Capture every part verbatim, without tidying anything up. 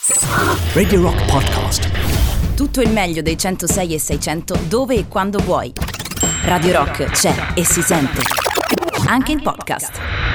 Radio Rock Podcast. Tutto il meglio dei centosei e seicento dove e quando vuoi. Radio Rock c'è e si sente anche in podcast.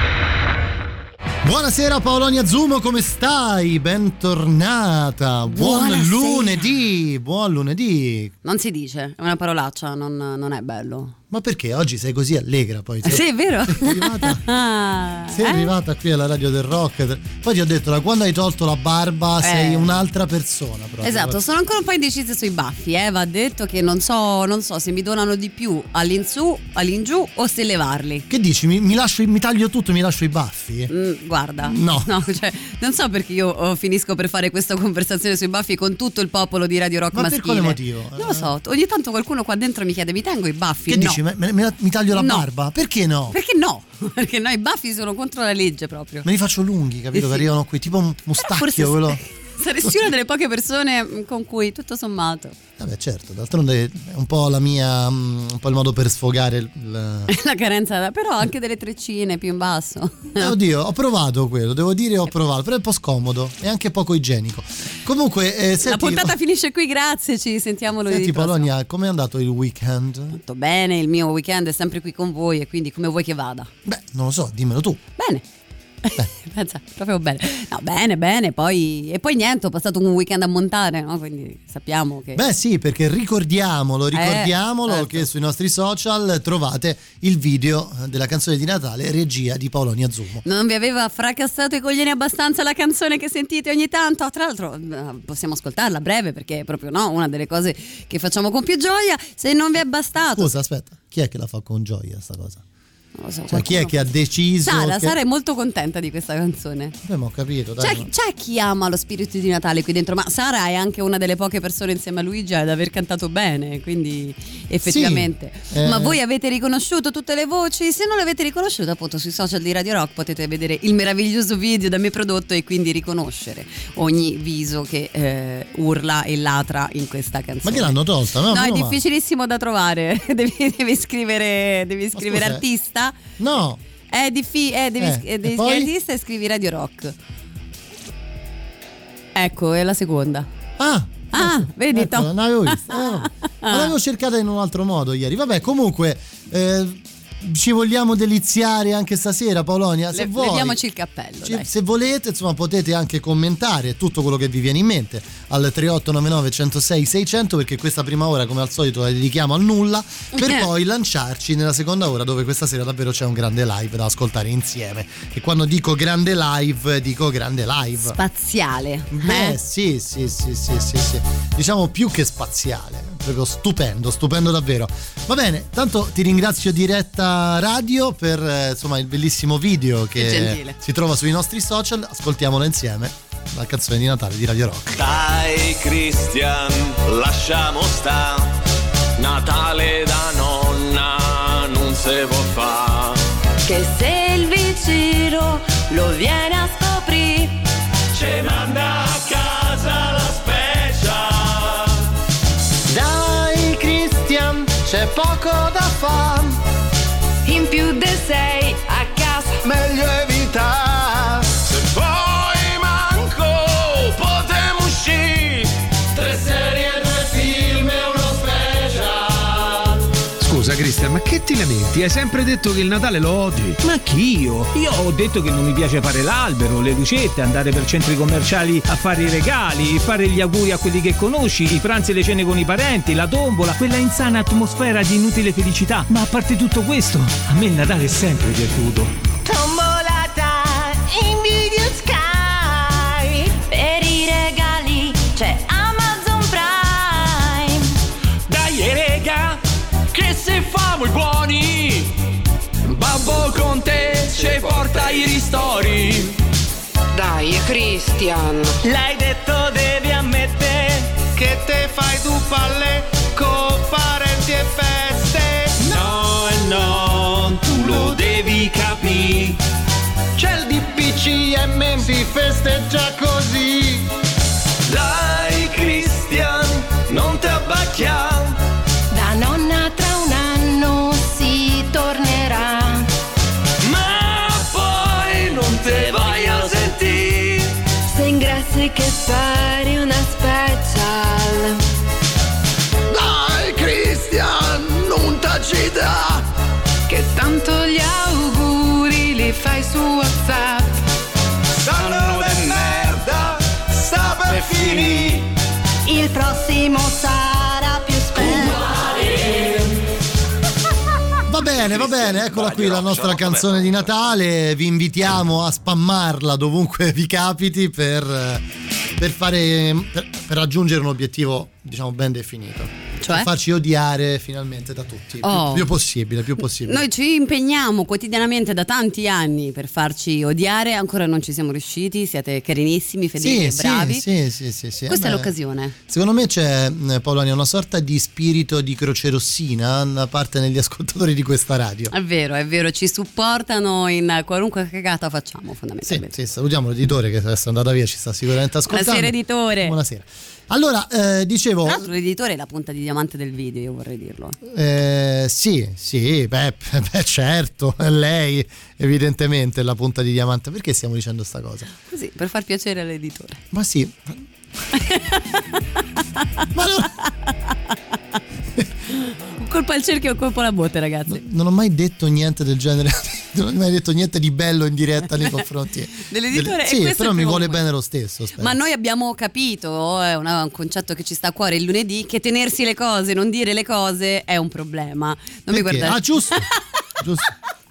Buonasera Paolonia Zumo, come stai? Bentornata. Buon Buonasera. lunedì. Buon lunedì. Non si dice, è una parolaccia, non, non è bello. Ma perché oggi sei così allegra poi? Sei, Sì, è vero. Sei arrivata, sei Eh? arrivata qui alla radio del rock. Poi ti ho detto, da quando hai tolto la barba Eh. sei un'altra persona proprio. Esatto, sono ancora un po' indecisa sui baffi, eh. Va detto che non so, non so se mi donano di più all'insù, all'ingiù o se levarli. Che dici? Mi, mi, lascio, mi taglio tutto e mi lascio i baffi? Mm, guarda, No. cioè, non so perché io oh, finisco per fare questa conversazione sui baffi con tutto il popolo di Radio Rock Ma per maschile. quale motivo? Non lo so, ogni tanto qualcuno qua dentro mi chiede: mi tengo i baffi? Che No. dici? Me, me- me- mi taglio la No. barba? Perché no? Perché no? Perché no, i baffi sono contro la legge proprio. Me li faccio lunghi, capito? Sì, Che sì. arrivano qui, tipo un Però mustacchio forse quello. saresti una delle poche persone con cui tutto sommato Vabbè, certo, d'altronde è un po' la mia, mm, un po' il modo per sfogare il... la carenza, però anche delle treccine più in basso. Eh, oddio, ho provato quello, devo dire ho provato, però è un po' scomodo e anche poco igienico. Comunque, eh, senti, La puntata finisce qui, grazie, ci sentiamo lunedì senti prossimo. Polonia, com'è andato il weekend? Tutto bene, il mio weekend è sempre qui con voi e quindi come vuoi che vada? Beh, non lo so, dimmelo tu. Bene. Pensa, proprio bene. No, bene, bene, poi e poi niente, ho passato un weekend a montare, no? Quindi sappiamo che Beh sì, perché ricordiamolo, ricordiamolo certo. che sui nostri social trovate il video della canzone di Natale, regia di Paolonia Zumo. non vi aveva fracassato i coglioni abbastanza la canzone che sentite ogni tanto? Tra l'altro eh, possiamo ascoltarla a breve perché è proprio no, una delle cose che facciamo con più gioia. Se non vi è bastato, Scusa, aspetta, chi è che la fa con gioia sta cosa? non lo so, Cioè, chi è qualcuno- che ha deciso Sara, che... Sara è molto contenta di questa canzone. Beh, ma ho capito, dai. C'è, ma- c'è chi ama lo spirito di Natale qui dentro, ma Sara è anche una delle poche persone insieme a Luigi ad aver cantato bene, quindi effettivamente. Sì, eh. Ma voi avete riconosciuto tutte le voci? Se non le avete riconosciute, appunto sui social di Radio Rock potete vedere il meraviglioso video da me prodotto e quindi riconoscere ogni viso che eh, urla e latra in questa canzone. Ma che l'hanno tolta? No, No, è meno male. difficilissimo da trovare. devi, devi scrivere, devi scrivere scusa, artista. No, È diffi- eh, devi, Eh, eh, e devi poi? scrivere artista e scrivi Radio Rock. Ecco, è la seconda. ah, Ah, vedi, ecco, to- non avevo visto. Eh, vabbè. Ma l'avevo cercata in un altro modo ieri. Vabbè, comunque eh, ci vogliamo deliziare anche stasera, Paolonia. Se Le- vuoi, leviamoci il cappello, ci- dai. se volete, insomma, potete anche commentare tutto quello che vi viene in mente al tre otto nove nove uno zero sei sei zero zero, perché questa prima ora, come al solito, la dedichiamo al nulla, per Eh. poi lanciarci nella seconda ora, dove questa sera davvero c'è un grande live da ascoltare insieme. E quando dico grande live, dico grande live. Spaziale. Beh, eh? sì, sì, sì, sì, sì, sì. Diciamo più che spaziale, proprio stupendo, stupendo davvero. Va bene, tanto ti ringrazio diretta radio per eh, insomma il bellissimo video Che che gentile. si trova sui nostri social. Ascoltiamolo insieme, la canzone di Natale di Radio Rock. Dai Christian, lasciamo sta. Natale da nonna non se può fa. Che se il vicino lo viene a scoprire, Ce manda a casa la specia. Dai Christian, c'è poco da fare, in più de sei a casa. meglio evitare. Se poi manco potremo uscire. Tre serie, due film e uno special. Scusa Cristian, ma che ti lamenti? Hai sempre detto che il Natale lo odi. Ma chi io? Io ho detto che non mi piace fare l'albero, le lucette, andare per centri commerciali a fare i regali, fare gli auguri a quelli che conosci, i pranzi e le cene con i parenti, la tombola, quella insana atmosfera di inutile felicità. Ma a parte tutto questo, a me il Natale è sempre piaciuto. Tombolata in video sky, per i regali c'è Amazon Prime. Dai rega, che se famo i buoni, Babbo con te ci porta i ristori. Dai Christian, L'hai detto, devi ammettere Che te fai tu palle con parenti e feste. no e no, tu lo devi capire. C'è il D P C M, si festeggia così. Dai Christian, non ti abbacchiamo. Da nonna tra un anno si tornerà. Ma poi non te vai a sentire. Se ingrassi che fai? su WhatsApp. Sanno de merda, sta per finire. Il prossimo sarà più Va bene, va bene, eccola qui la nostra canzone di Natale. Vi invitiamo a spammarla dovunque vi capiti per, per fare per, per raggiungere un obiettivo, diciamo, ben definito. Cioè? Per farci odiare finalmente da tutti, Oh. il più possibile, più possibile. Noi ci impegniamo quotidianamente da tanti anni per farci odiare, ancora non ci siamo riusciti, siete carinissimi, fedeli e sì, bravi. Sì, sì, sì, sì. Questa Eh è beh, l'occasione. Secondo me c'è, eh, Paoloni, una sorta di spirito di croce rossina da parte negli ascoltatori di questa radio. È vero, è vero, ci supportano in qualunque cagata facciamo Sì, fondamentalmente. sì, salutiamo l'editore che adesso è andato via, ci sta sicuramente ascoltando. Buonasera editore. Buonasera. Allora, eh, dicevo... Tra l'altro l'editore è la punta di diamante del video, io vorrei dirlo. Eh, sì, sì, beh, beh, certo, è lei evidentemente è la punta di diamante. Perché stiamo dicendo sta cosa? Così, per far piacere all'editore. Ma sì. Ma no. Colpo al cerchio o colpo alla botte, ragazzi. No, non ho mai detto niente del genere. Non ho mai detto niente di bello in diretta nei confronti dell'editore. delle... E Sì, questo però è mi il vuole primo bene lo stesso. Spero. Ma noi abbiamo capito, è una- un concetto che ci sta a cuore il lunedì, che tenersi le cose, non dire le cose è un problema. Non Perché? mi guardare. Ah, giusto. Giusto.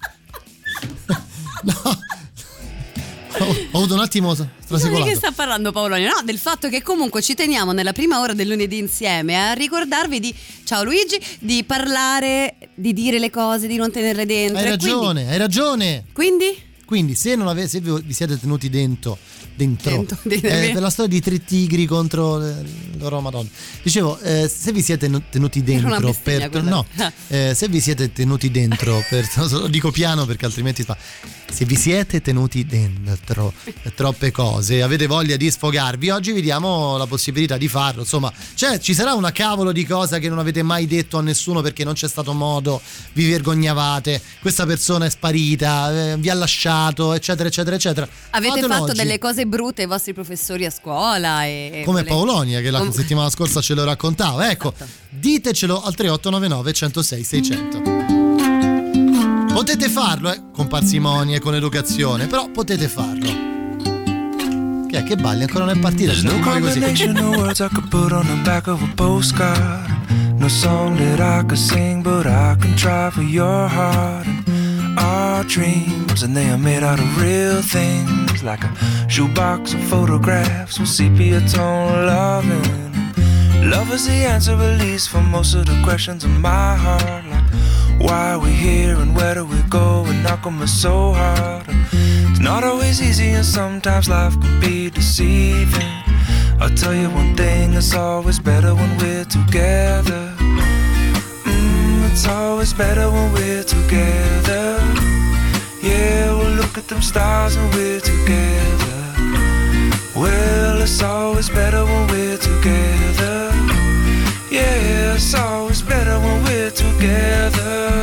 No. Ho, ho avuto un attimo Di strasecolato. che sta parlando Paoloni? No, del fatto che comunque ci teniamo nella prima ora del lunedì insieme a ricordarvi di, ciao Luigi, di parlare, di dire le cose, di non tenerle dentro. Hai E ragione, hai ragione. Quindi? Quindi? Quindi se non avete, se vi vi siete tenuti dentro dentro, Dentro, eh, dentro. per la storia di tre tigri contro le loro madonne, dicevo, eh, se vi siete no- tenuti Era una dentro bestemmia per quella. no, eh, se vi siete tenuti dentro per lo dico piano perché altrimenti fa. Se vi siete tenuti dentro troppe cose, avete voglia di sfogarvi, oggi vi diamo la possibilità di farlo. Insomma, cioè, ci sarà una cavolo di cosa che non avete mai detto a nessuno perché non c'è stato modo, vi vergognavate, questa persona è sparita, eh, vi ha lasciato, eccetera, eccetera, eccetera. Avete Fatelo fatto oggi. delle cose brutte ai vostri professori a scuola e, e Come vole- Paolonia che la Com- settimana scorsa ce lo raccontava. Ecco, Esatto. ditecelo al tre otto nove nove uno zero sei sei zero zero. Potete farlo, eh, con parsimonia e con educazione, però potete farlo. Che è che balli? Ancora non è partita. There's no combination of words I could put on the back of a postcard. No song that I could sing, but I can try for your heart. And our dreams, and they are made out of real things, like a shoebox of photographs with sepia tone loving. Love is the answer, at least, for most of the questions in my heart. Like, why are we here and where do we go? And knock on me so hard. It's not always easy and sometimes life can be deceiving. I'll tell you one thing, it's always better when we're together. Mm, it's always better when we're together. Yeah, we'll look at them stars when we're together. Well, it's always better when we're together. Yeah, it's always better when we're together.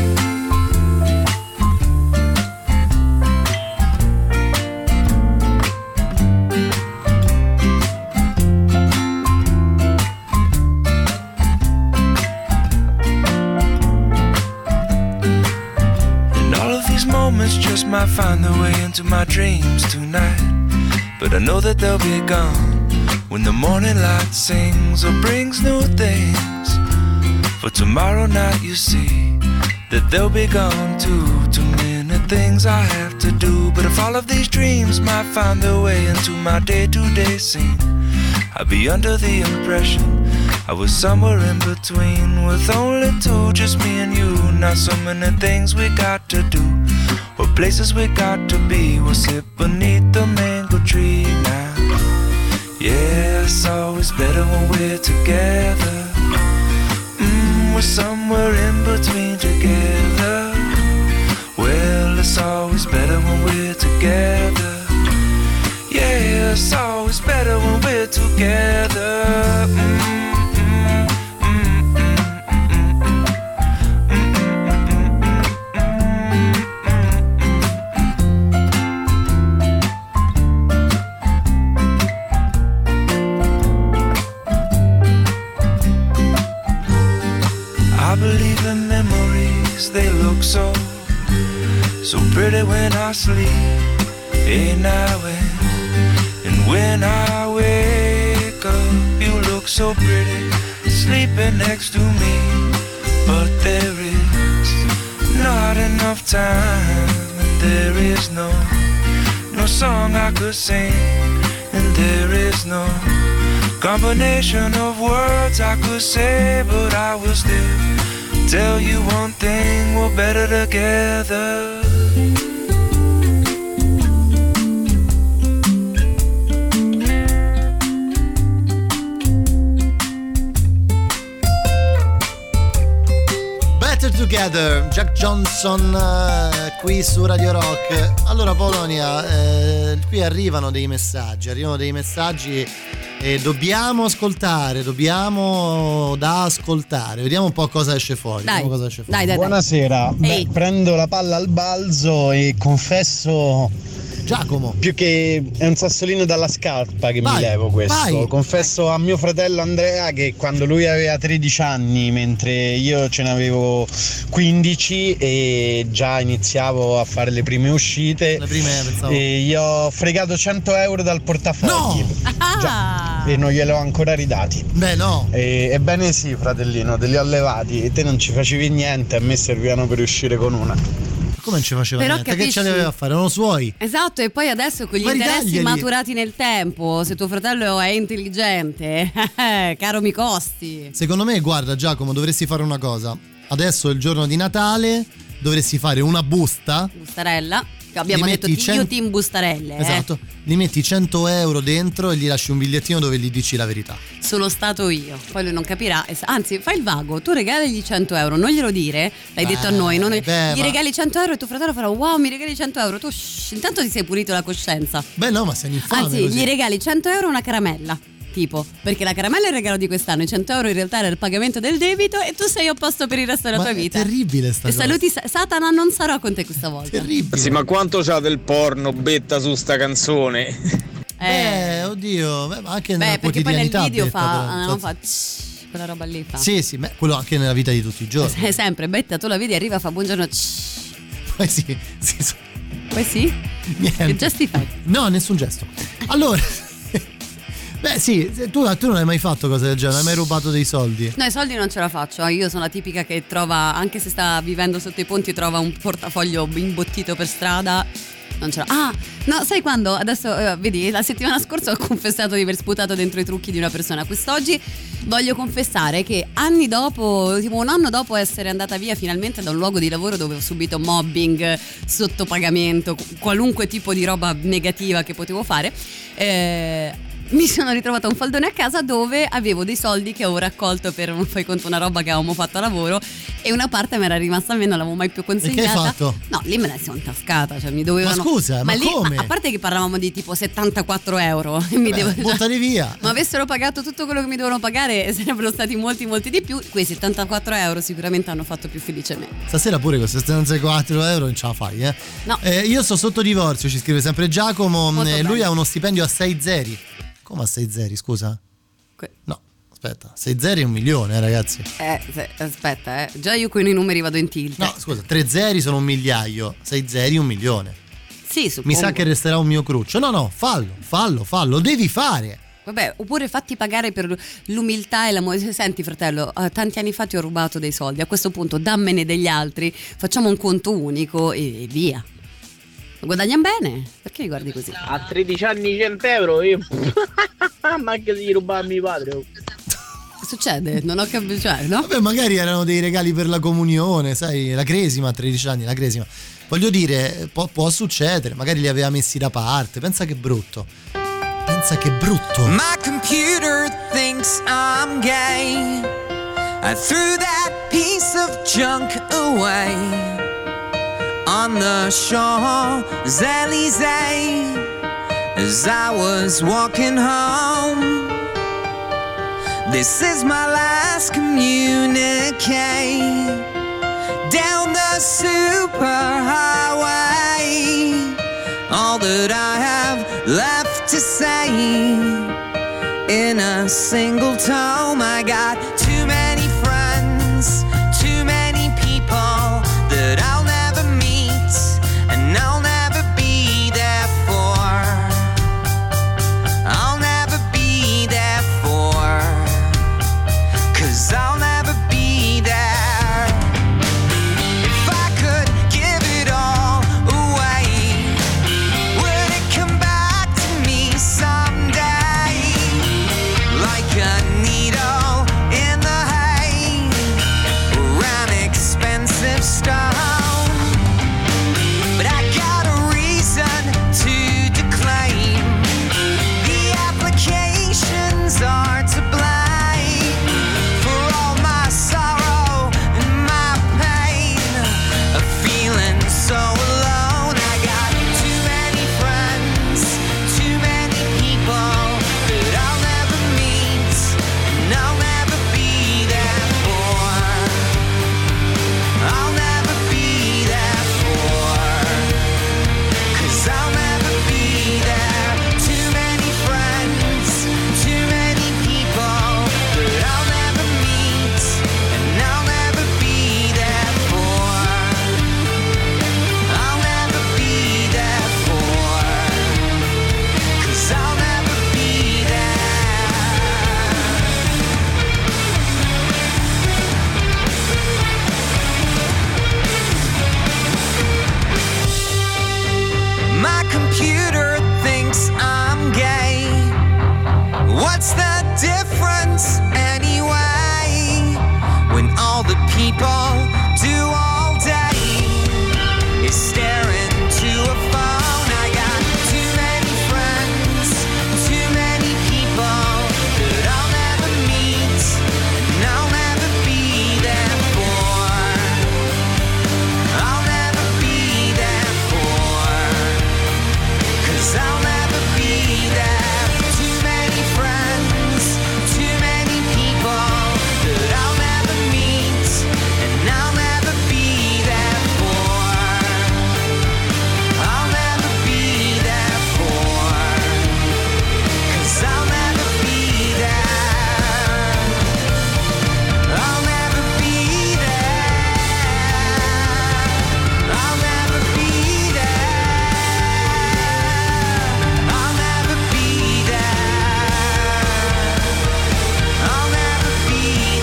And all of these moments just might find their way into my dreams tonight. But I know that they'll be gone when the morning light sings or brings new things. For tomorrow night you see that they'll be gone too. Too many things I have to do. But if all of these dreams might find their way into my day-to-day scene, I'd be under the impression I was somewhere in between, with only two, just me and you. Not so many things we got to do, or places we got to be. We'll sit beneath the mango tree now. Yeah, it's always better when we're together. Mm, we're somewhere in between together. Well, it's always better when we're together. Yeah, it's always better when we're together. Mm. I believe in memories, they look so, so pretty when I sleep, hey now and, and when I wake up, you look so pretty, sleeping next to me. But there is not enough time, and there is no, no song I could sing, and there is no combination of words I could say, but I will still tell you one thing, we're better together. Better Together, Jack Johnson eh, qui su Radio Rock. Allora Polonia, eh, qui arrivano dei messaggi, arrivano dei messaggi e dobbiamo ascoltare, dobbiamo da ascoltare. Vediamo un po' cosa esce fuori. Dai, cosa esce fuori. dai, dai, Buonasera, Beh, prendo la palla al balzo e confesso Giacomo, più che è un sassolino dalla scarpa che vai, mi levo questo. Vai. Confesso a mio fratello Andrea che quando lui aveva tredici anni, mentre io ce n'avevo quindici e già iniziavo a fare le prime uscite, le prime, pensavo. E gli ho fregato cento euro dal portafogli. No! Già, e non gliel'ho ancora ridati. Beh no. E, ebbene sì, fratellino, te li ho levati e te non ci facevi niente, a me servivano per uscire con una. Come non ci faceva Però niente? capisci? Che ce l'aveva a fare? Erano suoi. Esatto, e poi adesso con gli Ma interessi ritagliali. maturati nel tempo, se tuo fratello è intelligente, caro mi costi. Secondo me, guarda Giacomo, dovresti fare una cosa. Adesso è il giorno di Natale, dovresti fare una busta. Bustarella. Abbiamo Li detto metti ti- cen- io team bustarelle. Esatto, eh. li metti cento euro dentro e gli lasci un bigliettino dove gli dici la verità. Sono stato io, poi lui non capirà. e sa- Anzi, fai il vago, tu regaligli cento euro, non glielo dire, l'hai Beh, detto a noi. Non... beh, gli ma- regali cento euro e tuo fratello farà wow, mi regali cento euro. Tu shh, intanto ti sei pulito la coscienza. Beh no, ma sei un infame. Anzi, così. gli regali cento euro e una caramella. Tipo, perché la caramella è il regalo di quest'anno, i cento euro in realtà era il pagamento del debito e tu sei a posto per il resto della Ma tua è vita. terribile sta E cosa. saluti Sa- Satana, non sarò con te questa volta. Terribile. Sì, ma quanto c'ha del porno betta su sta canzone? Eh, oddio, beh, ma anche nella Beh, perché poi nel quotidianità video betta, fa, però, ah, cazzo. fa tss, quella roba lì fa. Sì, sì, beh, quello anche nella vita di tutti i giorni. È sempre, Betta, tu la vedi, arriva, fa buongiorno. tss. Poi sì, sì, sì. Poi sì? Niente. Che gesti fai? No, nessun gesto. Allora, beh sì, tu, tu non hai mai fatto cose del genere, non hai mai rubato dei soldi? No, i soldi non ce la faccio. Io sono la tipica che trova, anche se sta vivendo sotto i ponti, trova un portafoglio imbottito per strada. Non ce l'ha. Ah, no, sai quando? Adesso, eh, vedi, la settimana scorsa ho confessato di aver sputato dentro i trucchi di una persona. Quest'oggi voglio confessare che anni dopo, tipo un anno dopo essere andata via finalmente da un luogo di lavoro dove ho subito mobbing, sottopagamento, qualunque tipo di roba negativa che potevo fare, eh, mi sono ritrovata un faldone a casa dove avevo dei soldi che avevo raccolto per un fai conto una roba che avevamo fatto a lavoro e una parte mi era rimasta a me, non l'avevo mai più consegnata. E che hai fatto? No, lì me la sono intascata, cioè mi dovevano. Ma scusa, ma lì, come? Ma a parte che parlavamo di tipo settantaquattro euro e mi Beh, devo, buttali via. ma avessero pagato tutto quello che mi dovevano pagare sarebbero stati molti molti di più. Quei settantaquattro euro sicuramente hanno fatto più felice me. Stasera pure con settantaquattro euro non ce la fai, eh? No. Eh, io sto sotto divorzio, ci scrive sempre Giacomo. Molto eh, lui bene. ha uno stipendio a sei zeri. Come a sei zeri, scusa? Que- No, aspetta, sei zeri è un milione, eh, ragazzi. Eh, se- aspetta, eh. Già io con i numeri vado in tilt. No, scusa, tre zeri sono un migliaio, sei zeri un milione. Sì, suppongo. Mi sa che resterà un mio cruccio. No, no, fallo, fallo, fallo, devi fare. Vabbè, oppure fatti pagare per l'umiltà e l'amore. Senti fratello, eh, tanti anni fa ti ho rubato dei soldi, a questo punto dammene degli altri, facciamo un conto unico e, e via. Guadagnano bene? Perché mi guardi così? A tredici anni cento euro io. Ma anche se rubava mio padre. Che succede? Non ho capito, cioè, no? Vabbè, magari erano dei regali per la comunione, sai, la cresima a tredici anni, la cresima. Voglio dire, può, può succedere, magari li aveva messi da parte. Pensa che brutto. Pensa che brutto. My computer thinks I'm gay. I threw that piece of junk away on the Champs-Élysées as I was walking home. This is my last communique down the superhighway. All that I have left to say in a single tome. I got too many friends, too many people that I'll never meet, and friends are to blame for all my sorrow and my pain, of feeling so alone. I got too many friends, too many people that I'll never meet and I'll never be there for. I'll never be there for, 'cause I'll never be there. Too many friends, too many people that I'll never meet and I'll never be there for. I'll never be there for, 'cause I'll never be there. My computer thinks I'm gay. What's the difference anyway? When all the people do all day is stare into a phone. I got too many friends, too many people that I'll never meet and I'll never be there for. I'll never be there for, 'cause I'll never be there. Too many friends, too many people that I'll never meet and I'll never be there for. I'll never be there for, 'cause I'll never be there. I'll never be there. I'll never be there. I'll never be there. I'll never be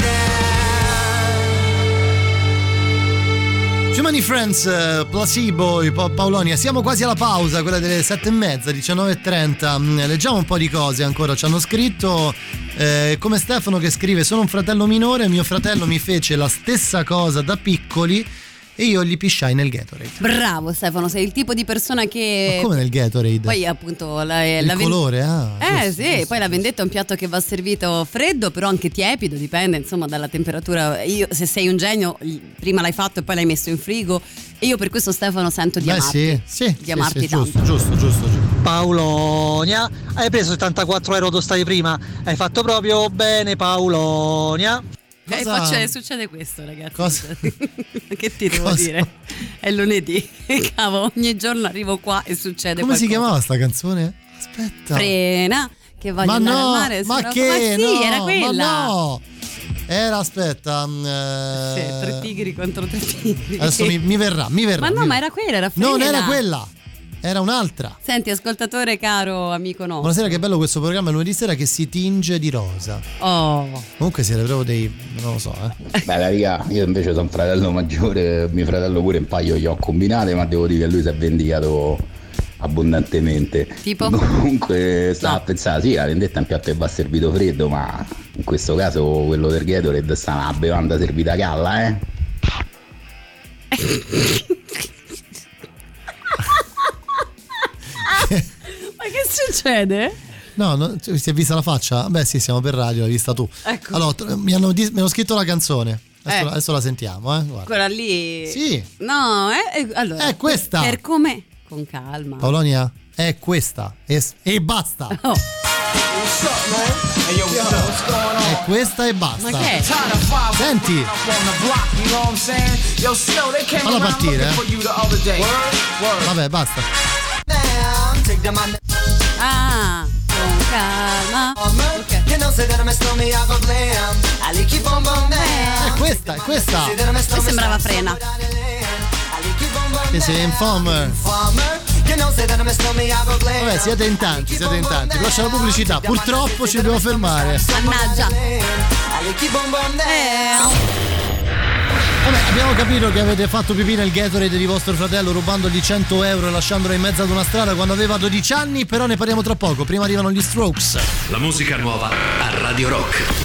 there. Too Many Friends, eh, Placebo, i Pa- Paolonia. Siamo quasi alla pausa, quella delle sette e mezza, diciannove e trenta. Mm, Leggiamo un po' di cose ancora. Ci hanno scritto eh, come Stefano che scrive: sono un fratello minore, mio fratello mi fece la stessa cosa da piccoli e io gli pisciai nel Gatorade. Bravo Stefano, sei il tipo di persona che... Ma come nel Gatorade? Poi appunto la, il la ven- colore, ah. Eh giusto, sì, giusto, poi la vendetta è un piatto che va servito freddo, però anche tiepido, dipende insomma dalla temperatura. Io, se sei un genio, prima l'hai fatto e poi l'hai messo in frigo. E io per questo Stefano sento di Beh, amarti. sì, sì, di sì, amarti sì, tanto. giusto, giusto, giusto, giusto. Paolonia, hai preso settantaquattro euro tostati prima, hai fatto proprio bene Paolonia. Eh, Cosa- faccia- succede questo, ragazzi. Cosa- Che ti devo Cosa- dire? È lunedì. Cavo, ogni giorno arrivo qua e succede Come si qualcosa. chiamava sta canzone? Aspetta. Frena, che voglio Ma andare no, al mare. ma sono- che? Ma sì, no, era quella. Ma no. Era, aspetta. mm, eh, Sì, tre tigri contro tre tigri. Adesso mi, mi verrà, mi verrà. Ma no, mi ma verrà. era quella, era Frena. Non era quella, era un'altra. Senti, ascoltatore caro, amico nostro. Buonasera, che bello questo programma lunedì sera che si tinge di rosa. Oh. Comunque siete proprio dei... non lo so, eh. Beh, raga, io invece sono un fratello maggiore, mio fratello pure un paio gli ho combinate, ma devo dire che lui si è vendicato abbondantemente. Tipo? Comunque stava a pensare, sì, la vendetta è un piatto che va servito freddo, ma in questo caso quello del Gatorade sta una bevanda servita calla, eh? Ma che succede? No, no, cioè, si è vista la faccia? Beh sì, siamo per radio, l'hai vista tu. Ecco. Allora, t- mi hanno, dis- mi hanno scritto la canzone. Adesso, Eh. la, adesso la sentiamo, eh. Guarda. Quella lì. Sì. No, eh, eh, allora. È questa. Per come? Con calma. Paolonia, è questa. E, e basta. Oh. È questa e basta. Ma che è? Senti. Falla partire, eh. Vabbè, basta. Ah, con calma. Ok. È questa, è questa. Mi sembrava Frena. Che sei informer. Vabbè, siete in tanti, siete in tanti. Lascia la pubblicità. Purtroppo ci dobbiamo fermare. Mannaggia. Eh. Vabbè, abbiamo capito che avete fatto pipì nel Gatorade di vostro fratello rubandogli cento euro e lasciandolo in mezzo ad una strada quando aveva dodici anni, però ne parliamo tra poco. Prima arrivano gli Strokes. La musica nuova a Radio Rock.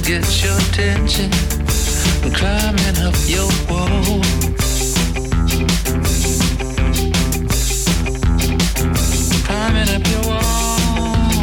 get your attention, climbing up your wall. Climbing up your wall.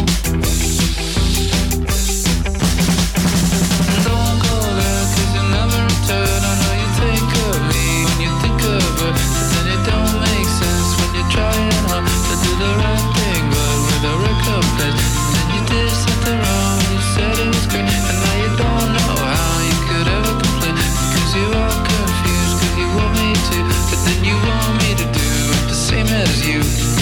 Don't go there, 'cause you never return. I know you think of me when you think of her, but then it don't make sense when you're trying hard to do the right thing, but with a recompense. And then you did something wrong, you said it was great, and now you don't know how you could ever complain, because you're all confused, 'cause you want me to, but then you want me to do the same as you.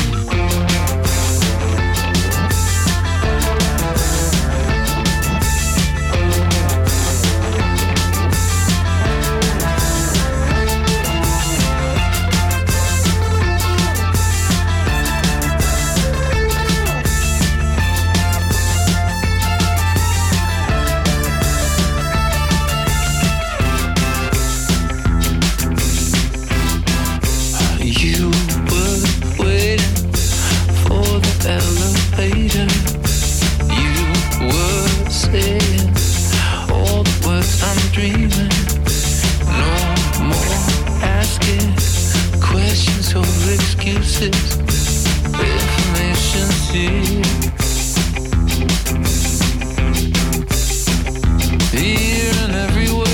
Elevator, you were saying all the words I'm dreaming. No more asking questions or excuses. Information's here, here and everywhere.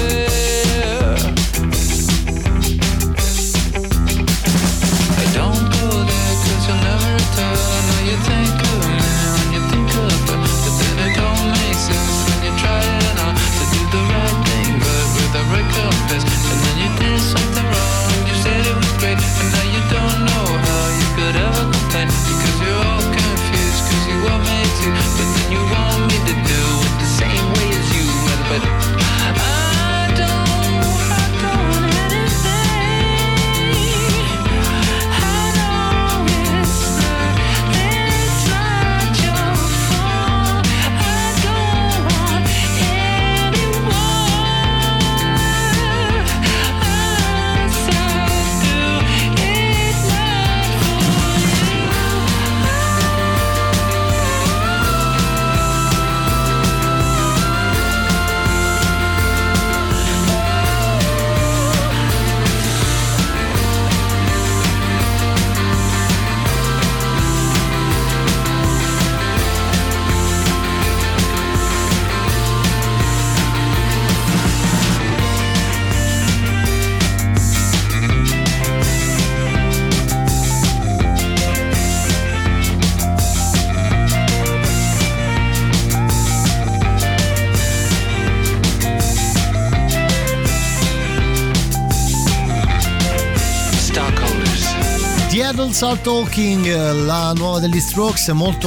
I don't go there 'cause you'll never return. You think of me when you think of her, but then it don't make sense when you're trying hard to do the right thing, but with a recompense. And then you did something wrong, you said it was great, and now you don't know how you could ever complain, because you're all confused, 'cause you want me to, but then you want me to do it the same way as you. But I don't, I don't anything. I know it's not, it's not your fault. I don't want anyone. I said do it not for you. The Adults Are Talking, la nuova degli Strokes, molto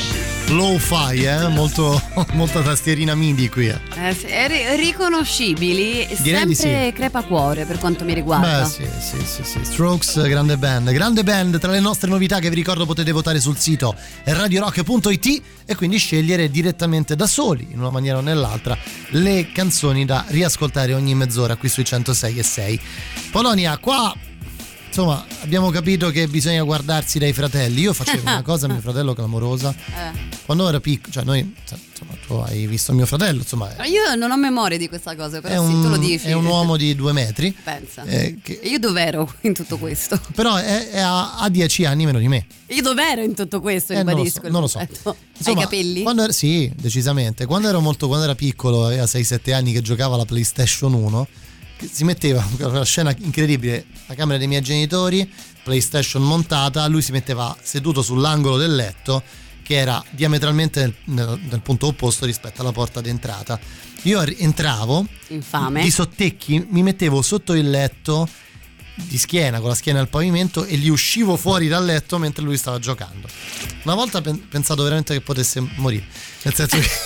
low-fi, eh? molto, molta tastierina MIDI qui. Eh. Eh, sì, ri- riconoscibili, Direi sempre sì. crepacuore per quanto mi riguarda. Beh, sì, sì, sì, sì. Strokes, grande band, grande band. Tra le nostre novità che vi ricordo potete votare sul sito radiorock punto it e quindi scegliere direttamente da soli, in una maniera o nell'altra, le canzoni da riascoltare ogni mezz'ora qui sui centosei e sei. Polonia, qua insomma abbiamo capito che bisogna guardarsi dai fratelli. Io facevo una cosa a mio fratello clamorosa Eh. quando ero piccolo, cioè noi, insomma, tu hai visto mio fratello, insomma è, Io non ho memoria di questa cosa, è però sì, un, tu lo dici. è un uomo di due metri. Pensa. eh, che, E io dov'ero in tutto questo? però è, è a, a dieci anni meno di me. Io dov'ero in tutto questo? Eh, non lo Ribadisco. so, il non lo so. concetto. Insomma, Hai i capelli? Quando era, sì, decisamente. Quando ero molto, quando era piccolo, aveva sei sette anni, che giocava alla PlayStation uno, che si metteva una scena incredibile, la camera dei miei genitori, PlayStation montata, lui si metteva seduto sull'angolo del letto, che era diametralmente nel, nel, nel punto opposto rispetto alla porta d'entrata. Io entravo, infame, di sottecchi mi mettevo sotto il letto di schiena, con la schiena al pavimento, e gli uscivo fuori dal letto mentre lui stava giocando. Una volta ho pen- pensato veramente che potesse morire, nel senso che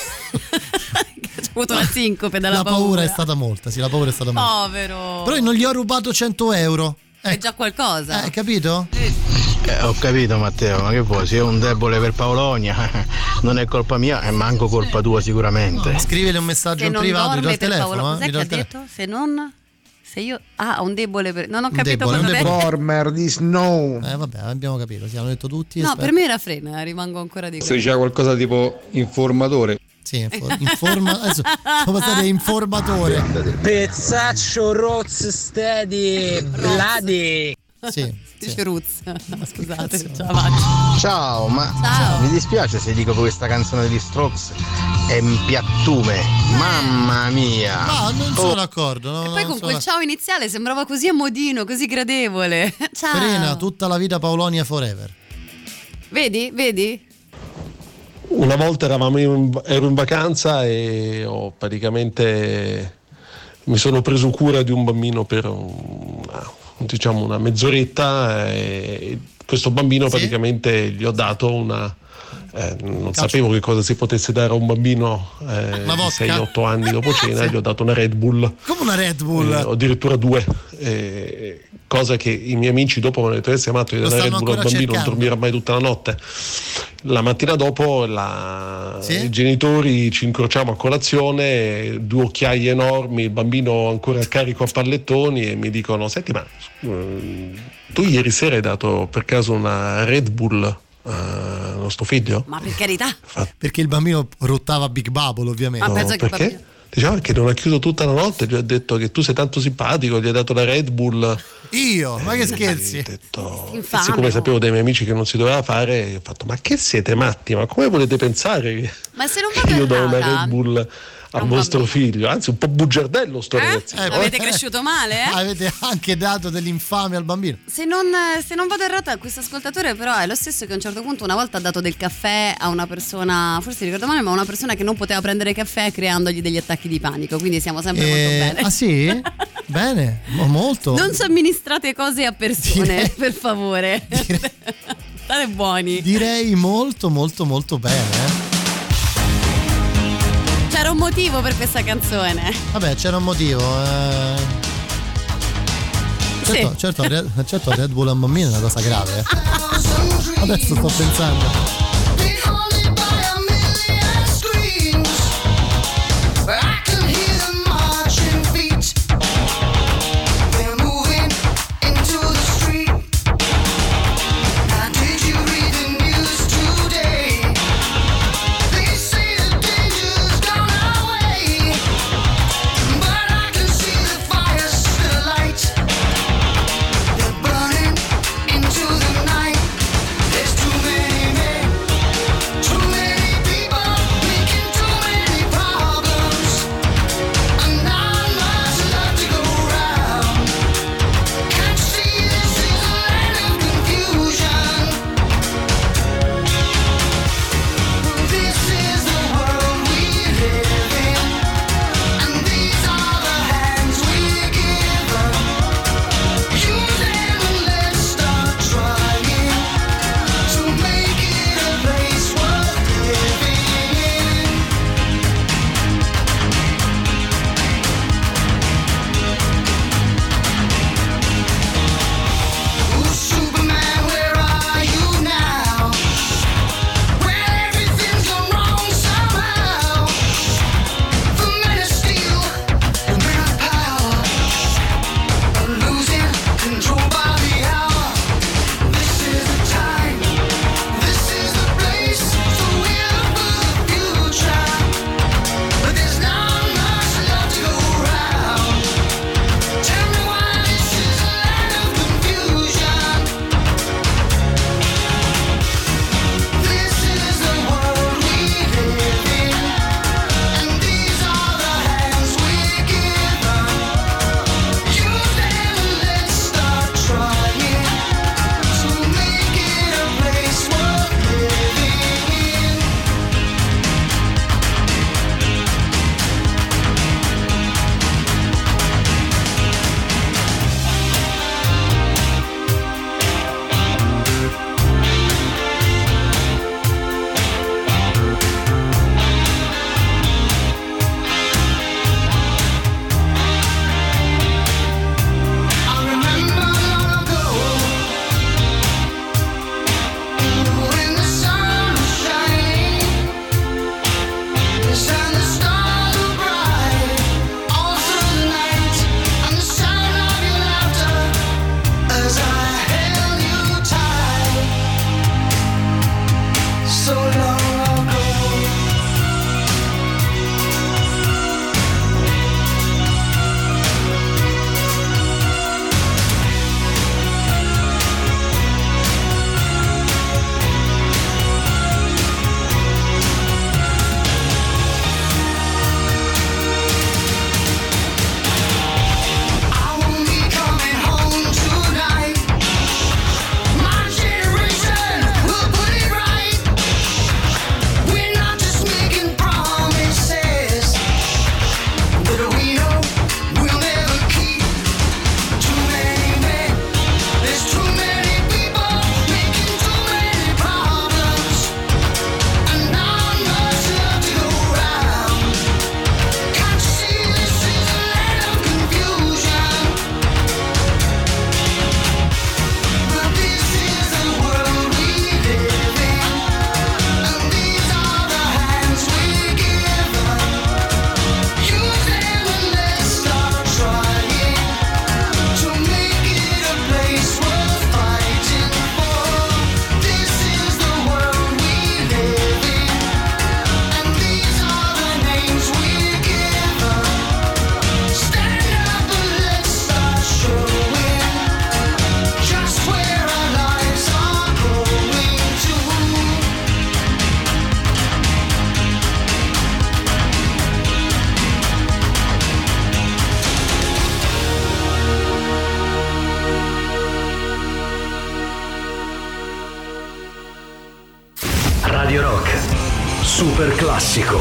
ho avuto una sincope dalla la paura. paura è stata molta, sì, la paura è stata molta. Povero. Però non gli ho rubato cento euro. È già qualcosa. Hai capito? Eh, ho capito Matteo, ma che vuoi? Se io un debole per Paolonia non è colpa mia e manco colpa tua sicuramente. No, scrivile un messaggio Se in non privato, gli do dorme il per telefono. Paolo, eh, cos'è gli do che ha il telefono. detto? Se non se io ah, un debole per non ho Un capito debole, cosa un ha debole. detto. Former di Snow. Eh vabbè, abbiamo capito, sì, hanno detto tutti. No, aspetta. per me era frena, rimango ancora di Se c'è qualcosa tipo informatore. Sì, informa, adesso sono passati a informatore. Pezzaccio Roz Steady Bloody. Sì, sì. Ruz. Scusate, ciao, ciao, ma ciao. Mi dispiace se dico che questa canzone degli Strokes è un piattume. Mamma mia. No, non sono d'accordo. No, e poi non con sono quel ciao iniziale sembrava così a modino, così gradevole. Ciao. Serena, tutta la vita Paolonia forever. Vedi, vedi? Una volta eravamo in, ero in vacanza e ho praticamente mi sono preso cura di un bambino per una, diciamo una mezz'oretta e questo bambino sì? praticamente gli ho dato una eh, non Calcio. sapevo che cosa si potesse dare a un bambino eh, di sei otto anni dopo cena. Sì. Gli ho dato una Red Bull. Come una Red Bull? Eh, addirittura due eh, cosa che i miei amici dopo mi hanno detto: sei matto, gli dai una Red Bull al bambino, cercando. Non dormirà mai tutta la notte. La mattina dopo la... sì? i genitori ci incrociamo a colazione, due occhiaie enormi, il bambino ancora carico a pallettoni, e mi dicono: senti, ma uh, tu ieri sera hai dato per caso una Red Bull a nostro figlio? Ma per carità, perché il bambino ruttava Big Bubble, ovviamente. No, penso che perché? Diciamo che non ha chiuso tutta la notte, gli ha detto che tu sei tanto simpatico, gli hai dato la Red Bull. Io? Ma che scherzi? Ho detto, siccome sapevo dai miei amici che non si doveva fare, ho fatto: ma che siete matti? Ma come volete pensare che, ma se non che io do una Red Bull al vostro figlio? Anzi, un po' bugiardello sto eh? ragazzino. Eh, avete cresciuto male, eh? Avete anche dato dell'infame al bambino. Se non, se non vado errata, questo ascoltatore però è lo stesso che a un certo punto una volta ha dato del caffè a una persona, forse ricordo male, ma una persona che non poteva prendere caffè, creandogli degli attacchi di panico. Quindi siamo sempre eh, molto bene. Ah sì? Bene, molto. Non somministrate cose a persone, direi, per favore. Direi, state buoni. Direi molto molto molto bene, eh? C'era un motivo per questa canzone. Vabbè, c'era un motivo. Eh... Certo, sì. certo, Red, certo, Red Bull a un bambino è una cosa grave. Eh. Adesso sto pensando. Radio Rock, super classico.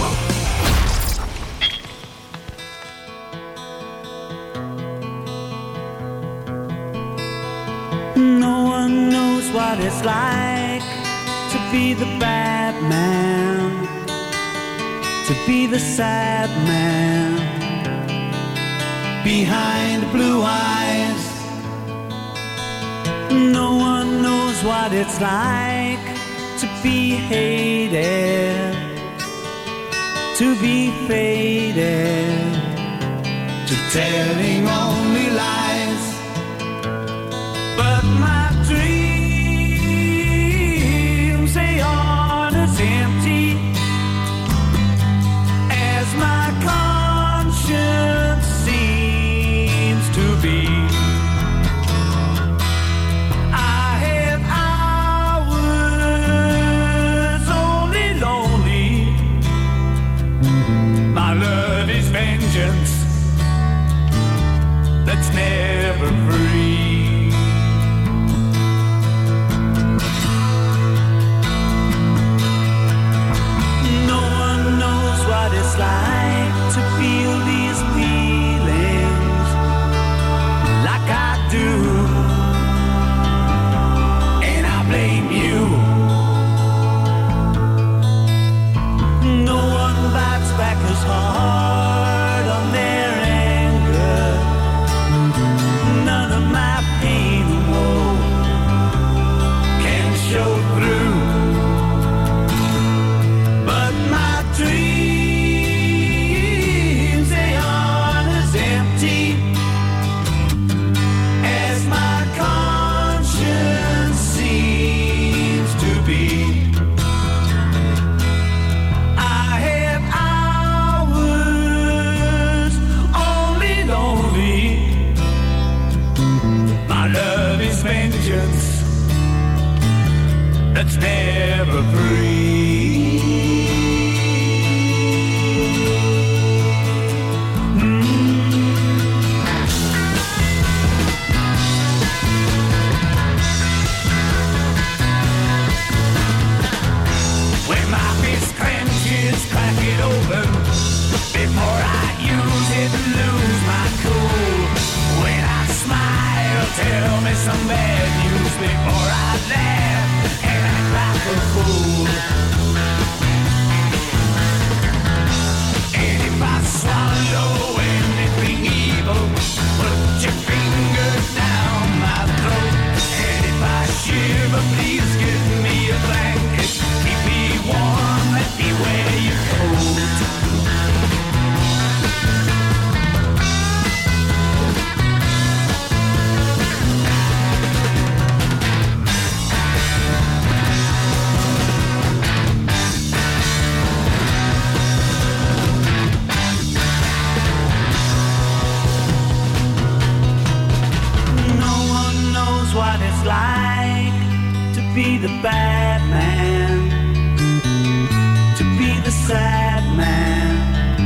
No one knows what it's like to be the bad man, to be the sad man behind blue eyes. No one knows what it's like to be hated, to be faded, to telling only lies. But my dreams, they aren't as empty as my conscience seems to be. I have hours only lonely. My love is vengeance that's never free. What it's like to feel these feelings like I do, and I blame you. No one bites back as hard on their anger. None of my pain and woe can show through. But my dreams, vengeance that's never free. When my fist clenches, crack it open before I use it and lose my cool. When I smile, tell me some bad news before I laugh and act like a fool. And if I swallow anything evil, put your finger down my throat. And if I shiver, please give me a blanket. Keep me warm, let me wear your coat. What it's like to be the bad man, to be the sad man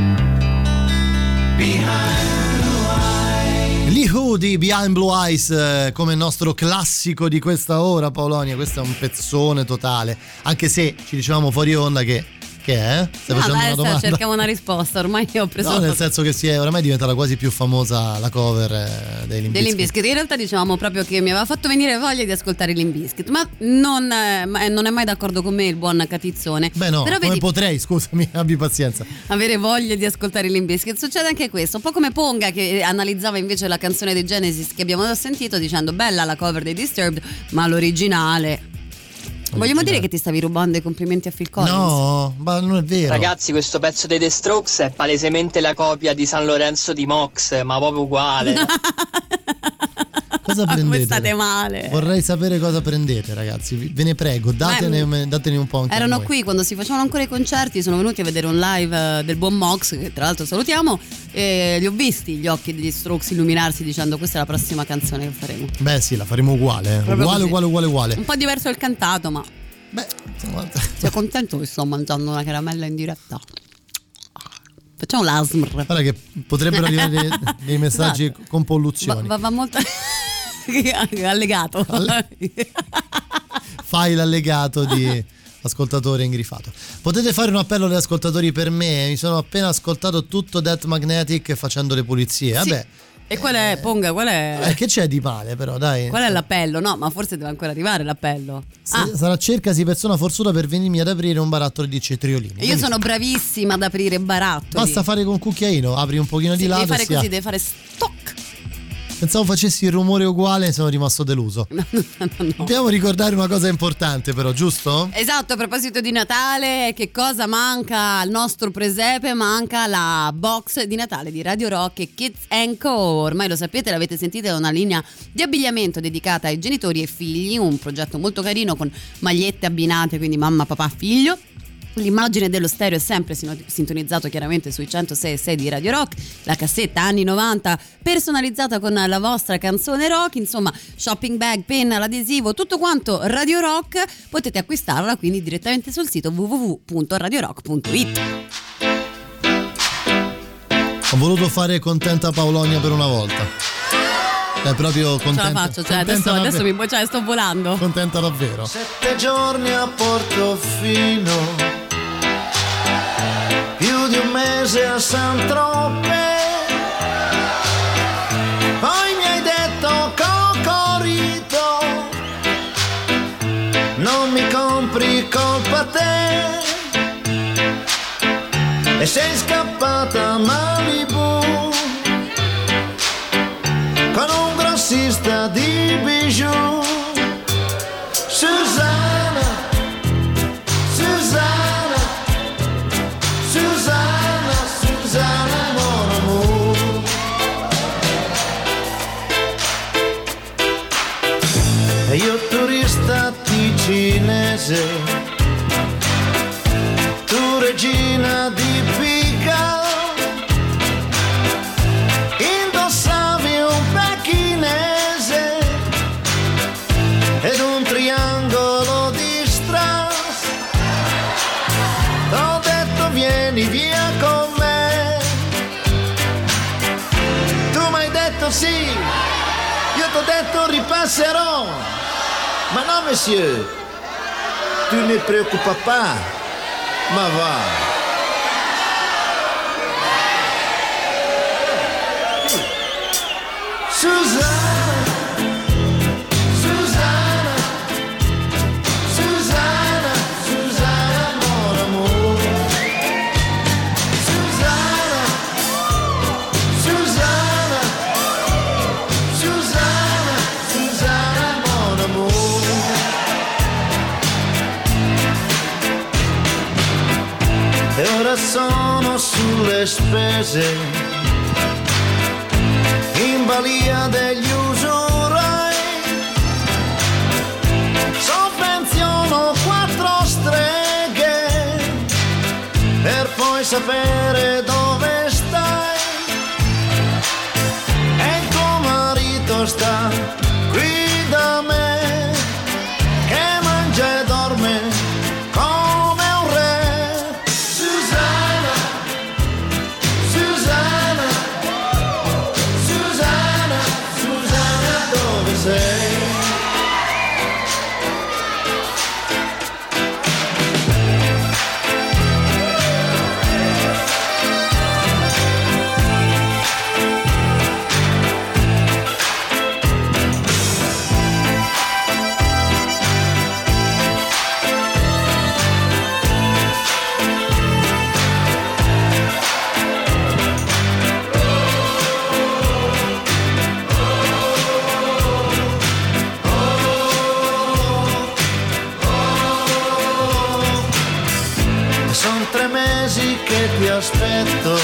behind blue eyes. Lee Ho di Behind Blue Eyes, eh, come nostro classico di questa ora, Paolonia. Questo è un pezzone totale, anche se ci dicevamo fuori onda che Che è? Stai no, facendo dai, una domanda? cerchiamo una risposta. Ormai ho preso. No, nel senso che si è oramai è diventata quasi più famosa la cover eh, dei Limp dei Bizkit. Limp Bizkit. In realtà dicevamo proprio che mi aveva fatto venire voglia di ascoltare i Limp Bizkit, ma non, eh, non è mai d'accordo con me il buon Catizzone. Beh no, però come vedi, potrei, scusami, abbi pazienza. avere voglia di ascoltare i Limp Bizkit. Succede anche questo, un po' come Ponga che analizzava invece la canzone dei Genesis che abbiamo sentito dicendo bella la cover dei Disturbed, ma l'originale. Vogliamo dire che ti stavi rubando i complimenti a Phil Collins? No, ma non è vero. Ragazzi, questo pezzo dei The Strokes è palesemente la copia di San Lorenzo di Mox, ma proprio uguale. Cosa prendete? Come state male? Vorrei sapere cosa prendete, ragazzi. Ve ne prego, datene, Beh, datene un po' anche erano a noi. qui quando si facevano ancora i concerti, sono venuti a vedere un live del buon Mox, che tra l'altro salutiamo, e li ho visti gli occhi degli Strokes illuminarsi dicendo questa è la prossima canzone che faremo. Beh sì, la faremo uguale, eh. uguale, così. uguale, uguale, uguale. Un po' diverso il cantato, ma beh, sei contento che sto mangiando una caramella in diretta? Facciamo l'A S M R. Guarda che potrebbero arrivare dei, dei messaggi Esatto. con polluzioni. Va, va, va molto allegato. Fai l'allegato di ascoltatore ingrifato. Potete fare un appello agli ascoltatori per me? Mi sono appena ascoltato tutto Death Magnetic facendo le pulizie. Sì. Vabbè. E qual è, Ponga, qual è? Eh, che c'è di male però, dai. Qual è l'appello? No, ma forse deve ancora arrivare l'appello. Ah. Sarà cercasi persona forzuta per venirmi ad aprire un barattolo di cetriolini. E io sono bravissima ad aprire barattoli. Basta fare con un cucchiaino, apri un pochino sì, di lato. Devi fare sia... così, devi fare stock. Pensavo facessi il rumore uguale e sono rimasto deluso. No, no, no, no. Dobbiamo ricordare una cosa importante però, giusto? Esatto, a proposito di Natale, che cosa manca al nostro presepe? Manca la box di Natale di Radio Rock e Kids and Co. Ormai lo sapete, l'avete sentita, è una linea di abbigliamento dedicata ai genitori e figli, un progetto molto carino con magliette abbinate, quindi mamma, papà, figlio. L'immagine dello stereo è sempre sintonizzato chiaramente sui centosei e sei di Radio Rock, la cassetta anni novanta personalizzata con la vostra canzone rock, insomma shopping bag, penna, l'adesivo, tutto quanto Radio Rock, potete acquistarla quindi direttamente sul sito w w w punto radio rock punto i t. Ho voluto fare contenta Paolonia per una volta. È proprio contenta. Ce la faccio, cioè adesso, adesso mi cioè, sto volando. Contenta davvero. Sette giorni a Portofino, più di un mese a San Troppe, poi mi hai detto Cocorito, non mi compri colpa te, e sei scappata a Malibu con un grossista di bijou. Susanna, Susanna, Susanna, Susanna, mon amour. E io turista ticinese, tu regina di Pica, indossavi un pechinese ed un triangolo di strass. T'ho detto vieni via con me, tu m'hai detto sì, io t'ho detto ripasserò, ma no monsieur, tu ne preoccupa pas, ma va. Susanna, Susanna, Susanna, Susanna, mon amour. Susanna, Susanna, Susanna, Susanna, mon amour. E ora sono sulle spese, in balia degli usurai, sovvenziono quattro streghe per poi sapere dove stai, e il tuo marito sta qui da me che mangia e dorme come un re. Susanna, Susanna, Susanna, Susanna, dove sei? Sono tre mesi che ti aspetto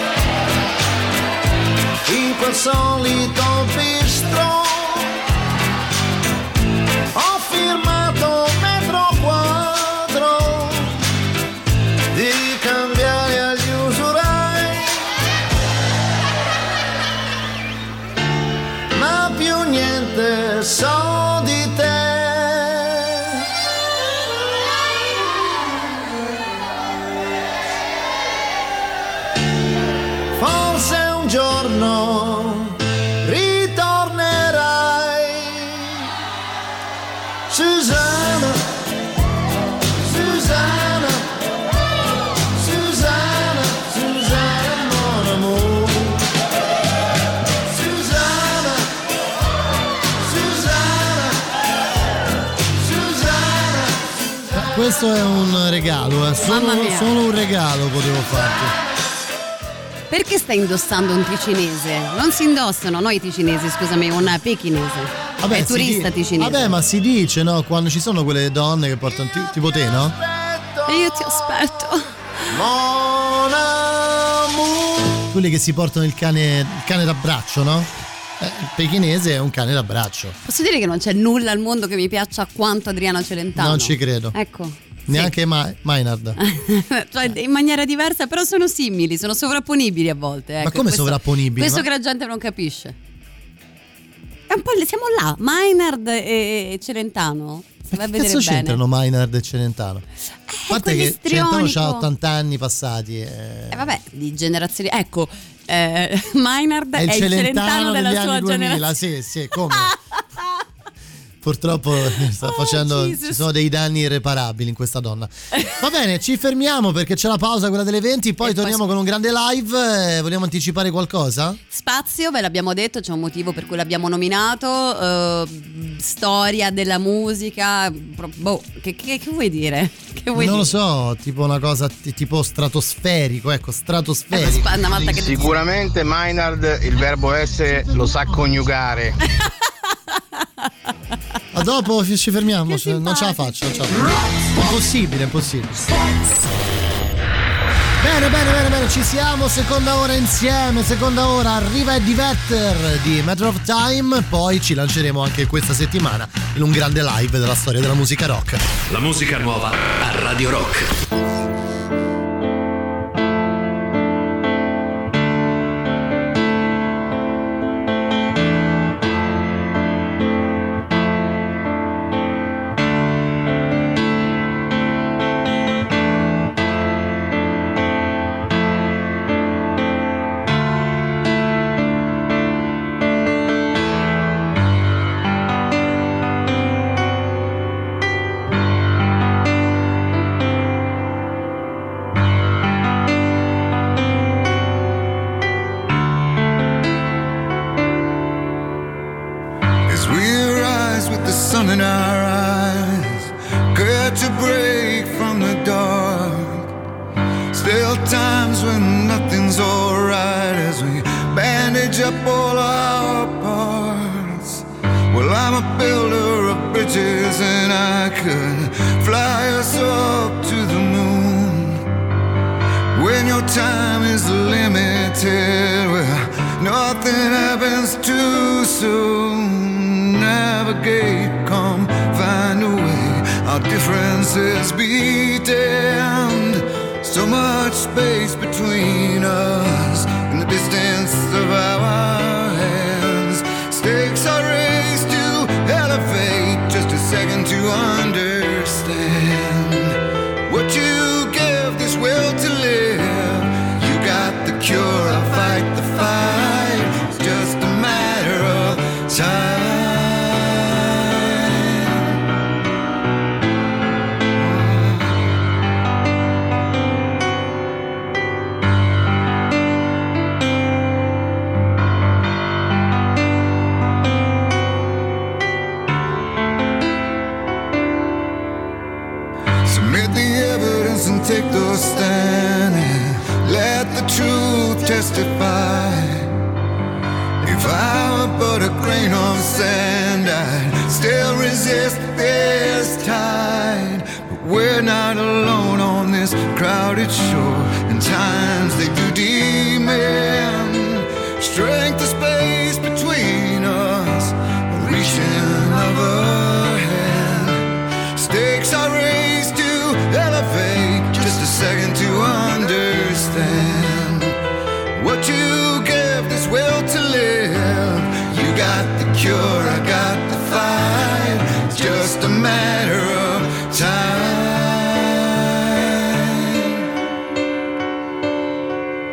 in quel solito bistro. Ho firmato metro quadro di cambiare agli usurai, ma più niente so di te. Forse un giorno ritornerai. questo è un regalo, eh. solo, Mamma mia. solo un regalo potevo farti. Perché stai indossando un ticinese? Non si indossano, no, i ticinesi, scusami, un pechinese. Vabbè, è si turista di- ticinese. Vabbè, ma si dice, no? Quando ci sono quelle donne che portano ti- tipo te, no? E io ti aspetto. Mon amour. Quelli che si portano il cane, il cane d'abbraccio, no? Eh, il pechinese è un cane d'abbraccio. Posso dire che non c'è nulla al mondo che mi piaccia quanto Adriano Celentano? Non ci credo. Ecco. Neanche Ma- Maynard. Cioè in maniera diversa, però sono simili, sono sovrapponibili a volte. Ecco. Ma come Questo- sovrapponibili? Questo Ma- che la gente non capisce. È un po' lì, siamo là, Maynard e, e Celentano. Se vai a Che vedere cazzo bene. c'entrano Maynard e Celentano? A parte quelli che Celentano strionico. ha ottanta anni passati. Eh. Eh, vabbè, di generazioni. Ecco, eh, Maynard È è il il Celentano Celentano della degli sua anni duemila, generazione. sì, sì, come? Purtroppo sta facendo, Oh, Jesus. ci sono dei danni irreparabili in questa donna. Va bene, ci fermiamo perché c'è la pausa, quella delle venti, poi E torniamo poi- con un grande live. Eh, vogliamo anticipare qualcosa? Spazio, ve l'abbiamo detto, c'è un motivo per cui l'abbiamo nominato. eh, storia della musica. pro- Boh, che, che- che vuoi dire? Che vuoi Non lo dire? so, tipo una cosa t- tipo stratosferico, ecco, Eh, stratosferico. spa- una volta che Sicuramente Maynard il verbo essere lo sa coniugare. A dopo ci fermiamo, cioè, non ce la faccio, non ce la faccio. Impossibile, impossibile. Bene, bene, bene, bene, ci siamo, seconda ora insieme, seconda ora arriva Eddie Vedder di Matter of Time, poi ci lanceremo anche questa settimana in un grande live della storia della musica rock. La musica nuova a Radio Rock. As we rise with the sun in our eyes, good to break from the dark. Still times when nothing's alright as we bandage up all our parts. Well, I'm a builder of bridges and I could fly us up to the moon. When your time is limited, well, nothing happens too soon. Navigate, come find a way. Our differences be damned. So much space between us and the distance of our hands. Stakes are raised to elevate. Just a second to understand what you give this will to live. You got the cure, I'll fight the fight. It's just a matter of time. Submit the evidence and take those stand and let the truth testify. If I were but a grain of sand, I'd still resist this tide. But we're not alone on this crowded shore, and times they do demand strength of space between us, a reaching of a hand. Stakes are raised to elevate, just a second to understand what you give this will to live. You got the cure, I got the fight. It's just a matter of time.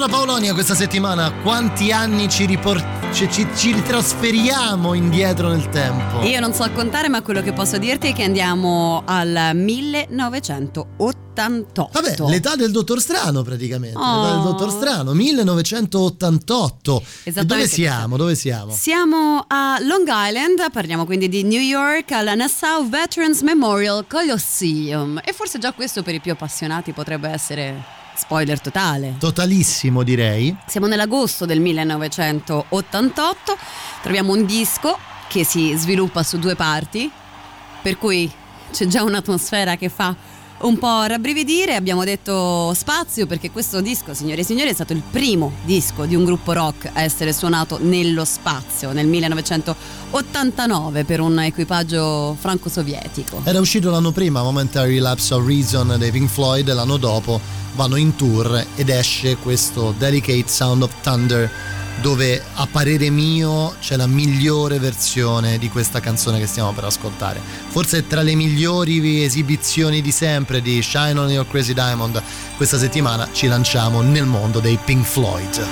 Allora Paolonia, questa settimana quanti anni ci, riport- ci, ci, ci ritrasferiamo indietro nel tempo? Io non so contare, ma quello che posso dirti è che andiamo al millenovecentottantotto. Vabbè, l'età del dottor Strano praticamente, Oh. l'età del dottor Strano, millenovecentottantotto. E dove siamo? Dove siamo? Siamo a Long Island, parliamo quindi di New York, alla Nassau Veterans Memorial Coliseum. E forse già questo per i più appassionati potrebbe essere spoiler totale. Totalissimo, direi. Siamo nell'agosto del millenovecentottantotto, troviamo un disco che si sviluppa su due parti, per cui c'è già un'atmosfera che fa un po' rabbrividire. Abbiamo detto spazio perché questo disco, signore e signori, è stato il primo disco di un gruppo rock a essere suonato nello spazio nel millenovecentottantanove per un equipaggio franco-sovietico. Era uscito l'anno prima, Momentary Lapse of Reason dei Pink Floyd, e l'anno dopo vanno in tour ed esce questo Delicate Sound of Thunder, dove a parere mio c'è la migliore versione di questa canzone che stiamo per ascoltare. Forse tra le migliori esibizioni di sempre di Shine on Your Crazy Diamond. Questa settimana ci lanciamo nel mondo dei Pink Floyd.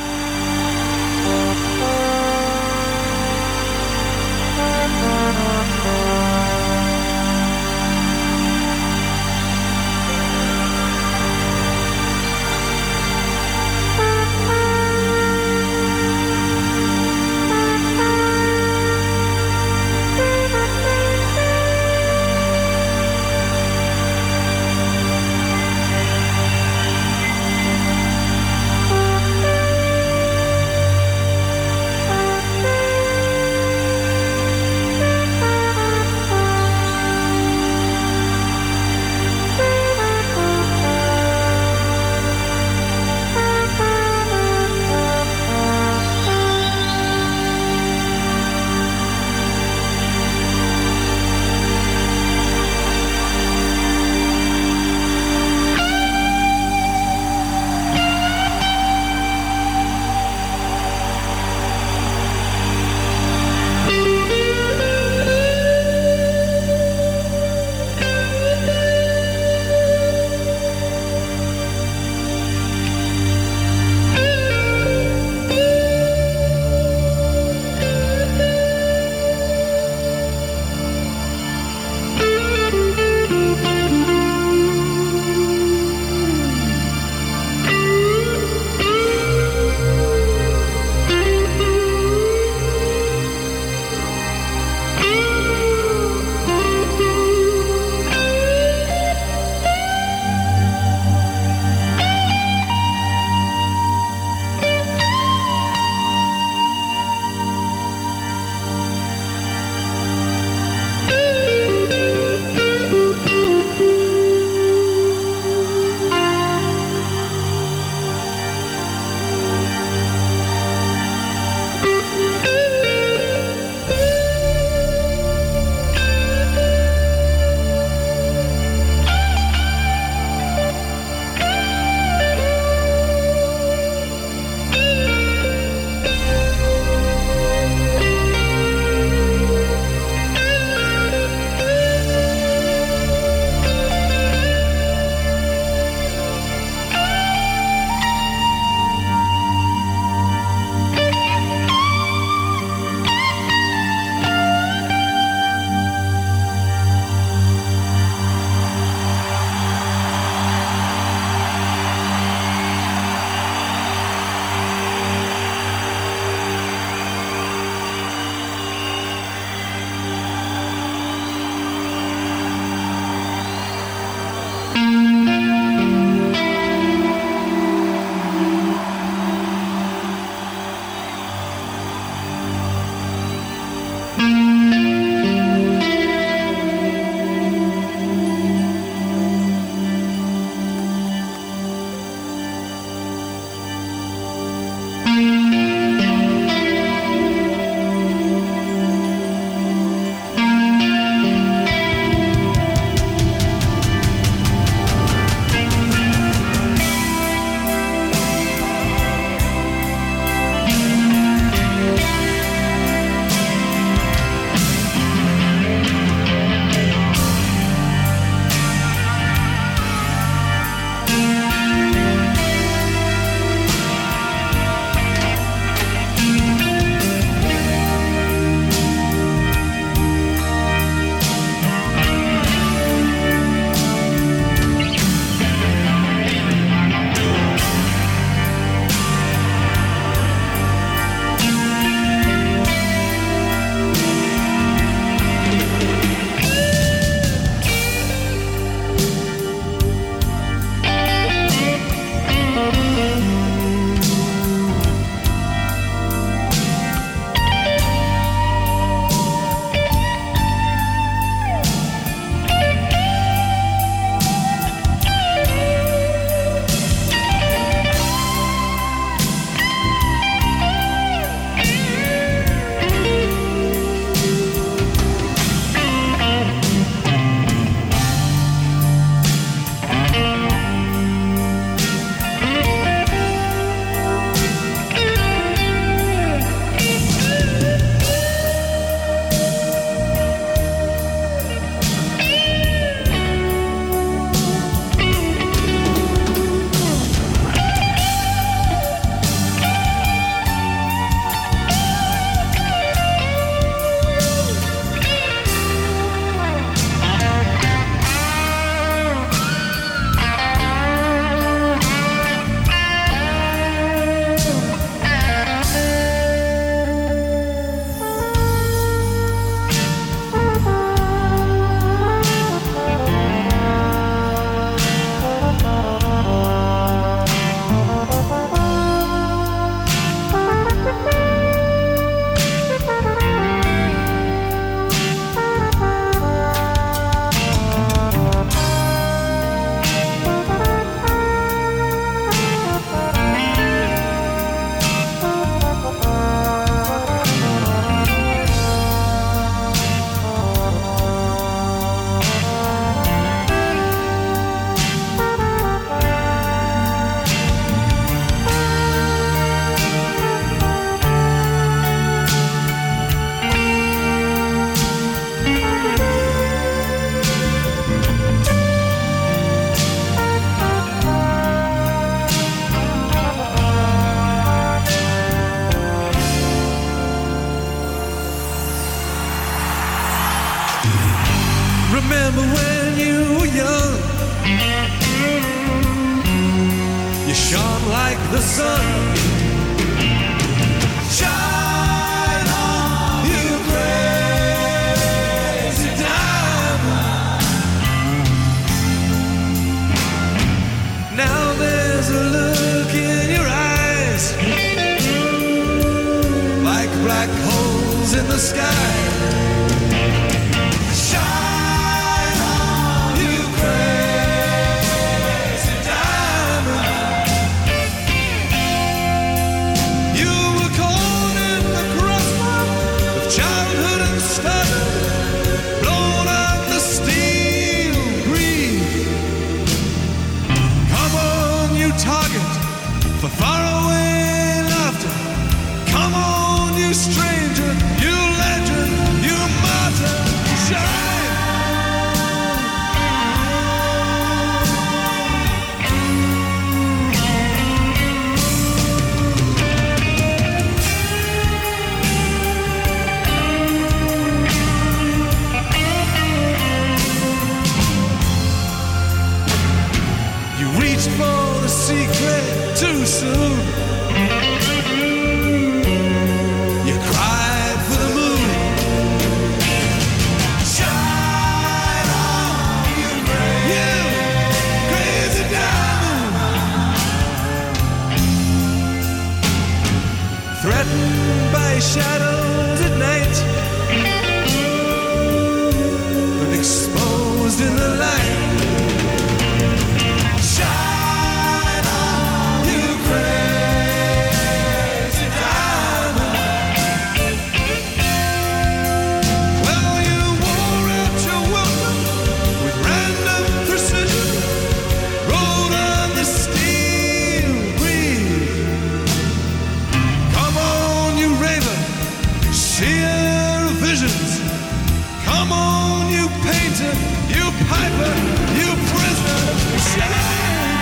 the sun. Shine on, you crazy diamond. Now there's a look in your eyes like black holes in the sky. Shine on, you crazy diamond. You were caught in the crossfire of childhood and stardom, blown on the steel breeze. Come on, you target for faraway laughter. Come on, you stranger, you legend, you martyr. Shine. You reached for the secret too soon. You cried for the moon. Shine on, you crazy, you crazy diamond. Threatened by shadows at night, but exposed in the light. Shine on, you crazy diamond. Well, you wore out your welcome with random precision, rode on the steel breeze. Come on, you raven, seer of visions. Come on, you painter, you piper, you prisoner. Shine.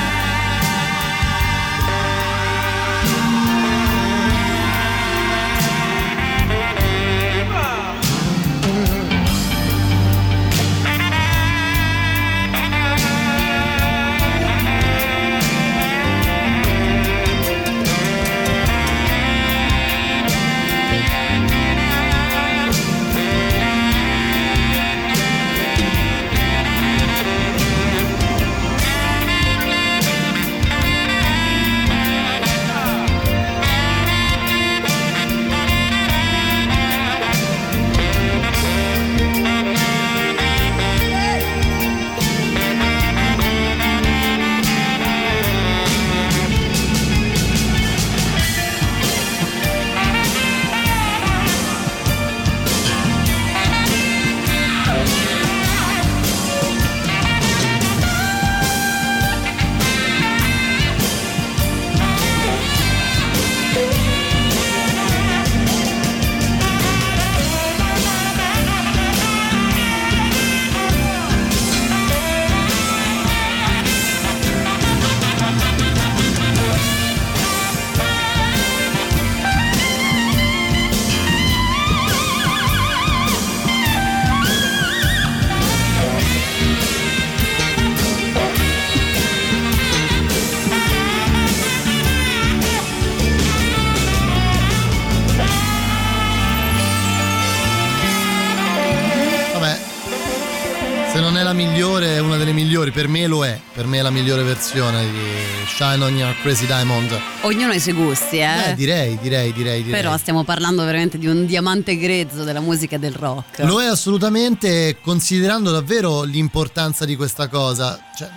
la migliore, è una delle migliori, per me lo è, per me è la migliore versione di Shine on Your Crazy Diamond. Ognuno ha i suoi gusti, eh? eh direi, direi, direi, direi. Però stiamo parlando veramente di un diamante grezzo della musica e del rock. Lo è assolutamente, considerando davvero l'importanza di questa cosa, cioè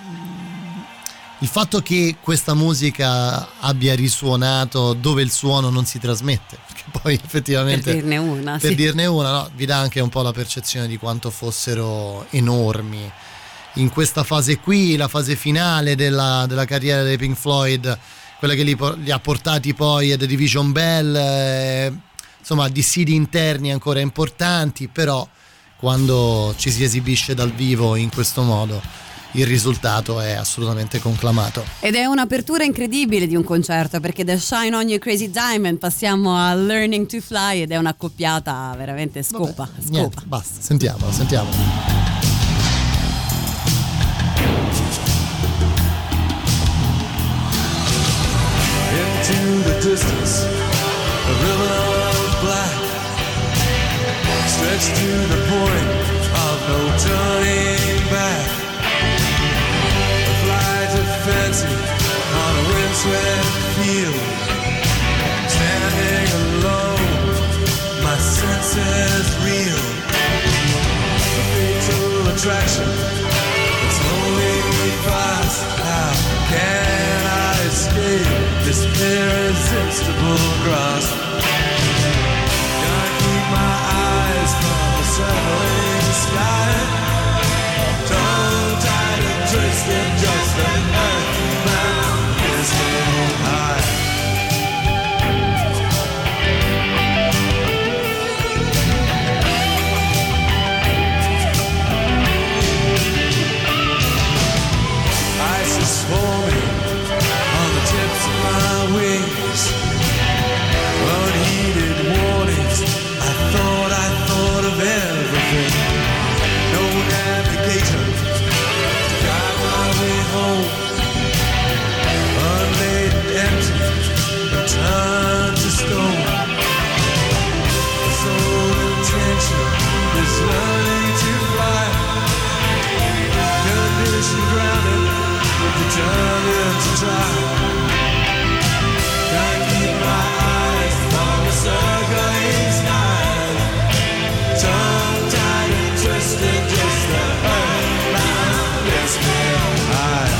il fatto che questa musica abbia risuonato dove il suono non si trasmette, perché poi effettivamente per dirne una, per sì. dirne una no, vi dà anche un po' la percezione di quanto fossero enormi in questa fase qui, la fase finale della, della carriera dei Pink Floyd, quella che li, li ha portati poi a The Division Bell, eh, insomma dissidi interni ancora importanti, però quando ci si esibisce dal vivo in questo modo il risultato è assolutamente conclamato. Ed è un'apertura incredibile di un concerto, perché da Shine on Your Crazy Diamond passiamo a Learning to Fly ed è un'accoppiata veramente scopa. Vabbè, scopa. Niente, basta, sentiamolo, sentiamolo. In into the distance, a ribbon of black, stretched to the point of no turning back. A flight of fancy on a windswept field, standing alone, my senses reel. A fatal attraction, it's holding me fast. How can I escape this irresistible grasp? Can't keep my eyes from the circling sky. Tongue tied and twisted, just an earthbound listening high. Ice is forming on the tips of my wings. Unheeded warnings, I thought I thought of everything. No navigator to guide my way home. Unladen, empty, and turned to stone. The sole intention is learning to fly. Condition grounded, determined to try. Can't keep my eyes from the circling sky. Tongue tied and twisted, just the earthbound listening high.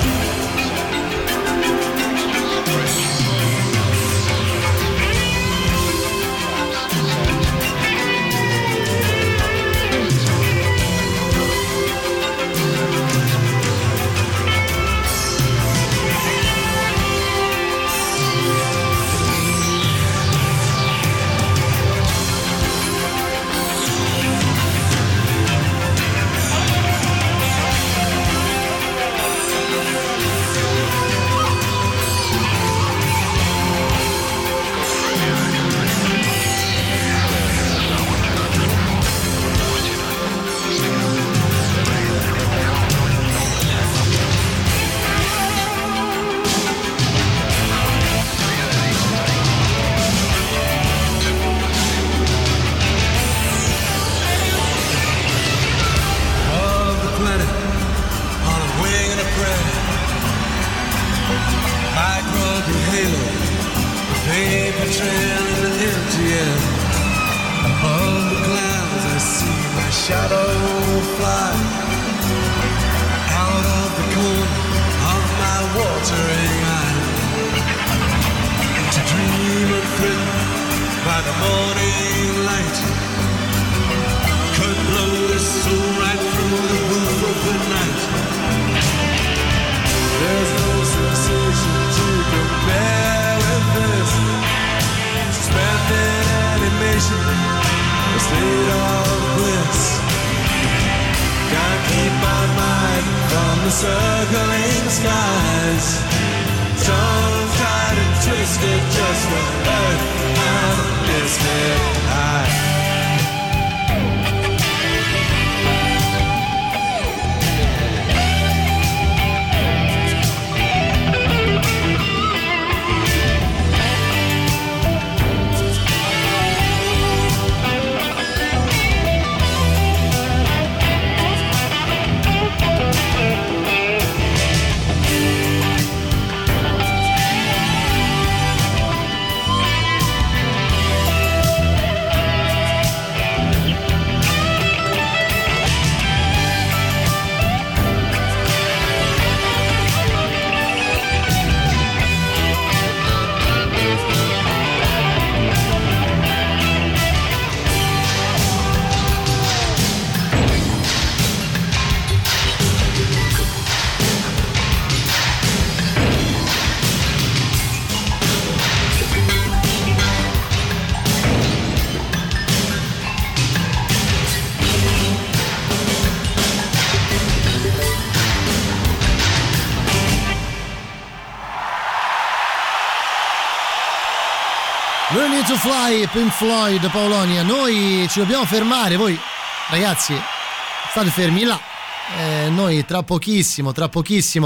Learning to Fly, Pink Floyd, Paolonia. Noi ci dobbiamo fermare, voi ragazzi state fermi là. Eh, noi tra pochissimo, tra pochissimo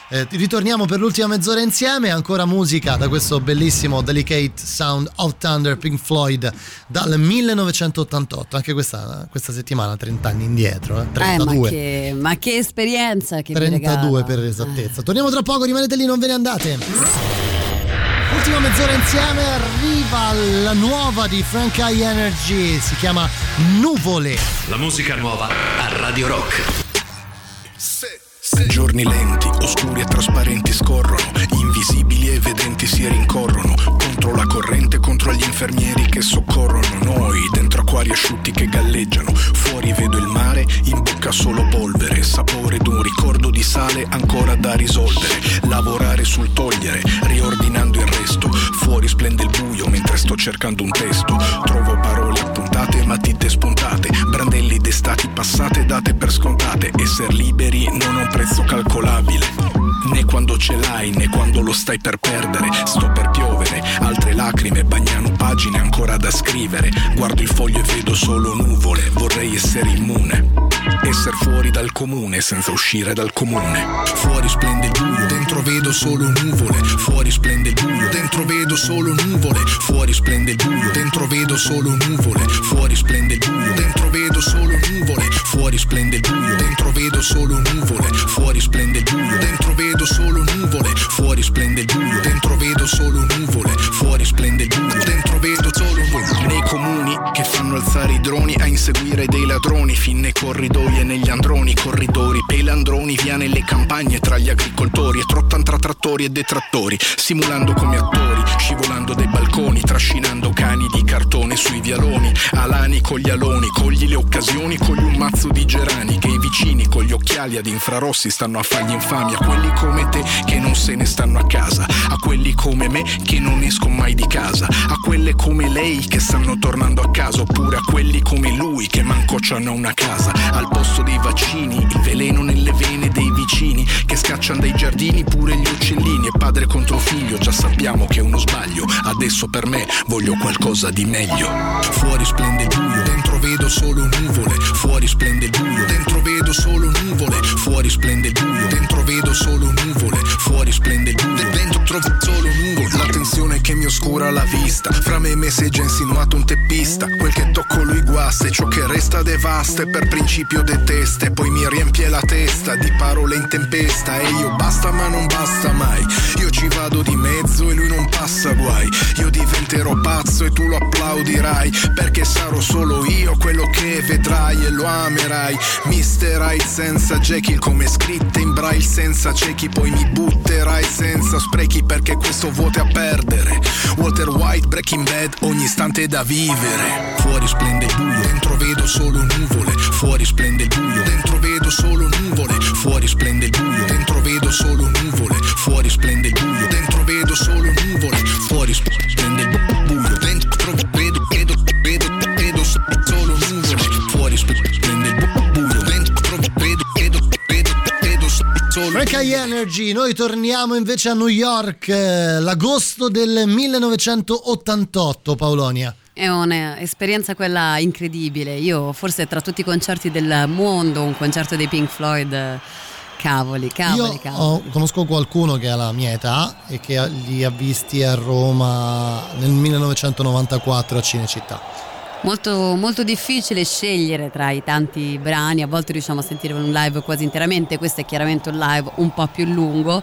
Eh, ritorniamo per l'ultima mezz'ora insieme, ancora musica da questo bellissimo Delicate Sound of Thunder, Pink Floyd, dal millenovecentottantotto. Anche questa, questa settimana trenta anni indietro, eh? trentadue. Eh, ma, che, ma che esperienza che trentadue per esattezza. Torniamo tra poco, rimanete lì, non ve ne andate. Ultima mezz'ora insieme, arriva la nuova di Frank High Energy, si chiama Nuvole. La musica nuova a Radio Rock. Giorni lenti, oscuri e trasparenti scorrono, invisibili e vedenti si rincorrono, contro la corrente, contro gli infermieri che soccorrono noi, dentro acquari asciutti che galleggiano, fuori vedo il mare, in bocca solo polvere, sapore d'un ricordo di sale ancora da risolvere, lavorare sul togliere, riordinando il resto, fuori splende il buio mentre sto cercando un testo, trovo parole appuntate, matite spuntate, brandelli d'estati passate date per scontate, esser liberi non ha un prezzo calcolabile, né quando ce l'hai né quando lo stai per perdere, sto per piovere, altre lacrime bagnano pagine ancora da scrivere, guardo il foglio e vedo solo nuvole, vorrei essere immune, esser fuori dal comune senza uscire dal comune, fuori splende il buio, dentro vedo solo nuvole, fuori splende il buio, dentro vedo solo nuvole, fuori splende il buio, dentro vedo solo nuvole, fuori splende il buio, dentro vedo solo nuvole, fuori splende il buio, dentro vedo solo nuvole, fuori splende il buio, dentro vedo solo nuvole, fuori splende il buio, dentro vedo solo nuvole, fuori splende il buio, dentro vedo solo nuvole, nei comuni che fanno alzare i droni a inseguire dei ladroni, fin nei corridoi e negli androni, corridori, pelandroni, via nelle campagne tra gli agricoltori e trottan tra trattori e detrattori, simulando come attori, scivolando dai balconi, trascinando cani di cartone sui vialoni, alani con gli aloni, cogli le occasioni, cogli un mazzo di gerani, che i vicini con gli occhiali ad infrarossi stanno a fargli infami, a quelli come te che non se ne stanno a casa, a quelli come me che non escono mai di casa, a quelle come lei che stanno tornando a casa, oppure a quelli come lui che manco c'hanno una casa, al posto dei vaccini, il veleno nelle vene dei vicini che scacciano dai giardini pure gli uccellini, e padre contro figlio già sappiamo che è uno sbaglio, adesso per me voglio qualcosa di meglio, fuori splende il buio, dentro vedo solo nuvole, fuori splende il buio, dentro vedo solo nuvole, fuori splende il buio, dentro vedo solo nuvole, fuori splende il buio, dentro trovo solo nuvole, la tensione che mi oscura la vista, fra me e me si è già insinuato un teppista, quel che tocco lui guasta e ciò che resta devasta, e per principio detesta, e poi mi riempie la testa di parole in tempesta, e io basta ma non basta mai, io ci vado di mezzo e lui non passa guai, io diventerò pazzo e tu lo applaudirai, perché sarò solo io quello che vedrai e lo amerai, mister Hyde senza Jekyll come scritte in braille, senza ciechi poi mi butterai senza sprechi, perché questo vuoto è a perdere, Walter White, Breaking Bad, ogni istante è da vivere, fuori splende il buio, dentro vedo solo nuvole, fuori splende il buio, dentro vedo solo nuvole, fuori splende il buio, dentro vedo solo nuvole, fuori splende il buio, dentro vedo solo nuvole, fuori splende il buio, dentro vedo, vedo, vedo, vedo solo nuvole, fuori splende il buio, dentro vedo, vedo, vedo, vedo solo. Frank High Energy, noi torniamo invece a New York, eh, l'agosto del millenovecentottantotto, Paolonia. È un'esperienza quella incredibile. Io forse tra tutti i concerti del mondo, un concerto dei Pink Floyd, cavoli, cavoli, Io cavoli. Ho, conosco qualcuno che ha la mia età e che li ha visti a Roma nel millenovecentonovantaquattro a Cinecittà. Molto, molto difficile scegliere tra i tanti brani, a volte riusciamo a sentire un live quasi interamente, questo è chiaramente un live un po' più lungo,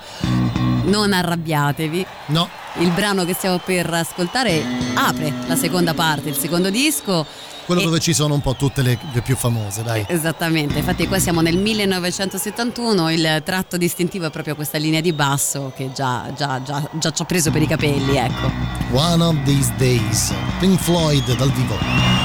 non arrabbiatevi. No. Il brano che stiamo per ascoltare apre la seconda parte, il secondo disco. Quello e... dove ci sono un po' tutte le, le più famose, dai. Esattamente, infatti qua siamo nel millenovecentosettantuno, il tratto distintivo è proprio questa linea di basso che già, già, già, già ci ho preso per i capelli, ecco. One of These Days, Pink Floyd dal vivo.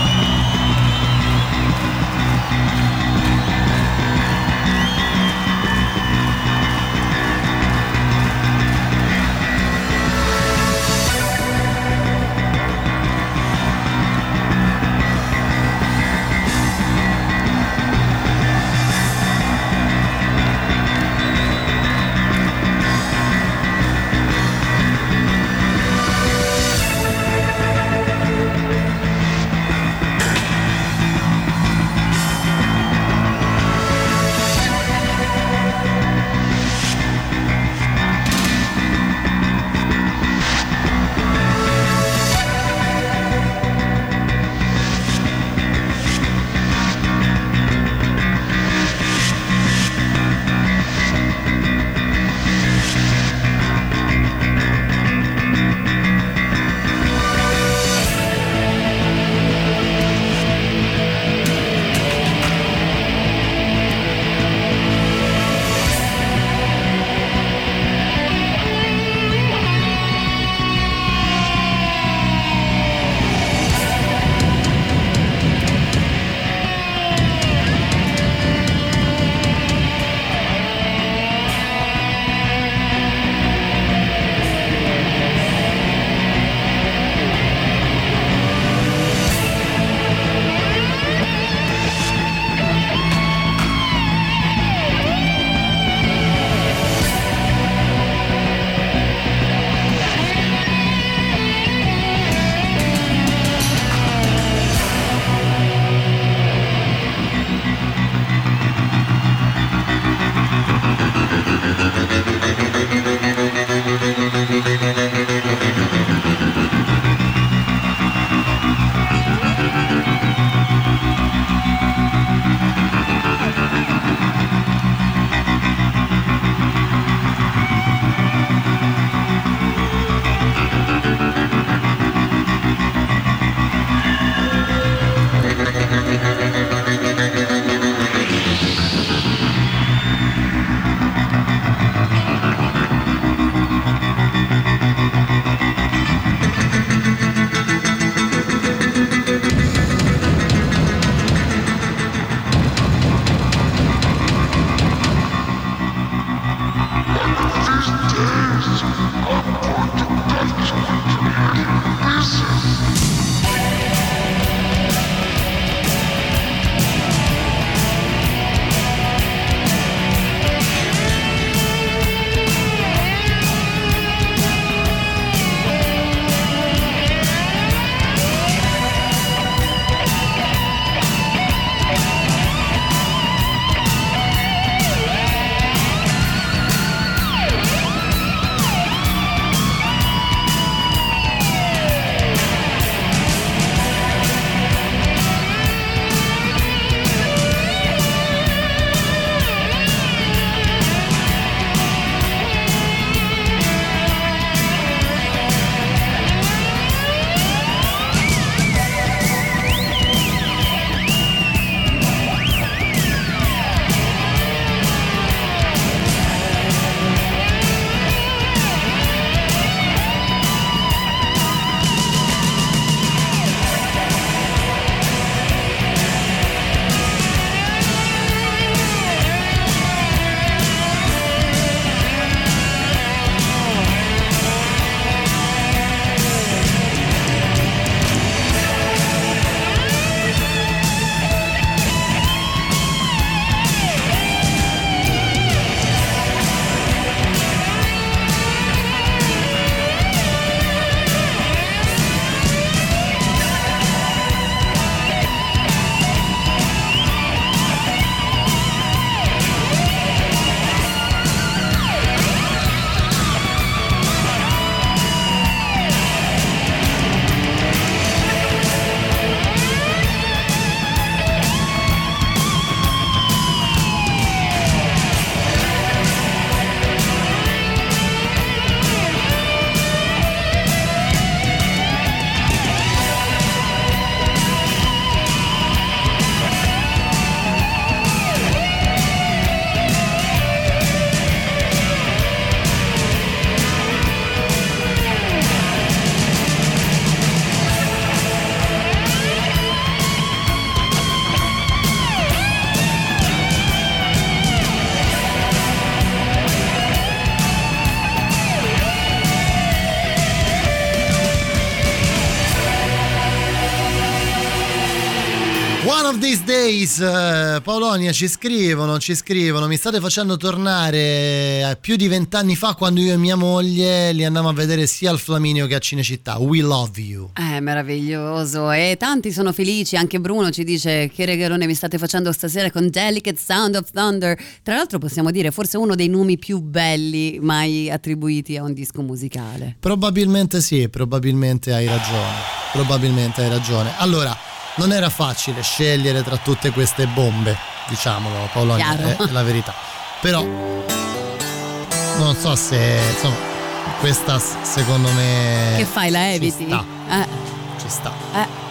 One of these days, uh, Paolonia, ci scrivono, ci scrivono, mi state facendo tornare a più di vent'anni fa, quando io e mia moglie li andavamo a vedere sia al Flaminio che a Cinecittà. We love you. Eh, meraviglioso, e tanti sono felici, anche Bruno ci dice: che regalone mi state facendo stasera con Delicate Sound of Thunder. Tra l'altro possiamo dire forse uno dei nomi più belli mai attribuiti a un disco musicale. Probabilmente sì, probabilmente hai ragione, probabilmente hai ragione. Allora, non era facile scegliere tra tutte queste bombe, diciamolo, Paolonia, è, è la verità. Però non so se, insomma, questa secondo me... Che fai, la eviti? Ci sta, eh. ci sta. Eh.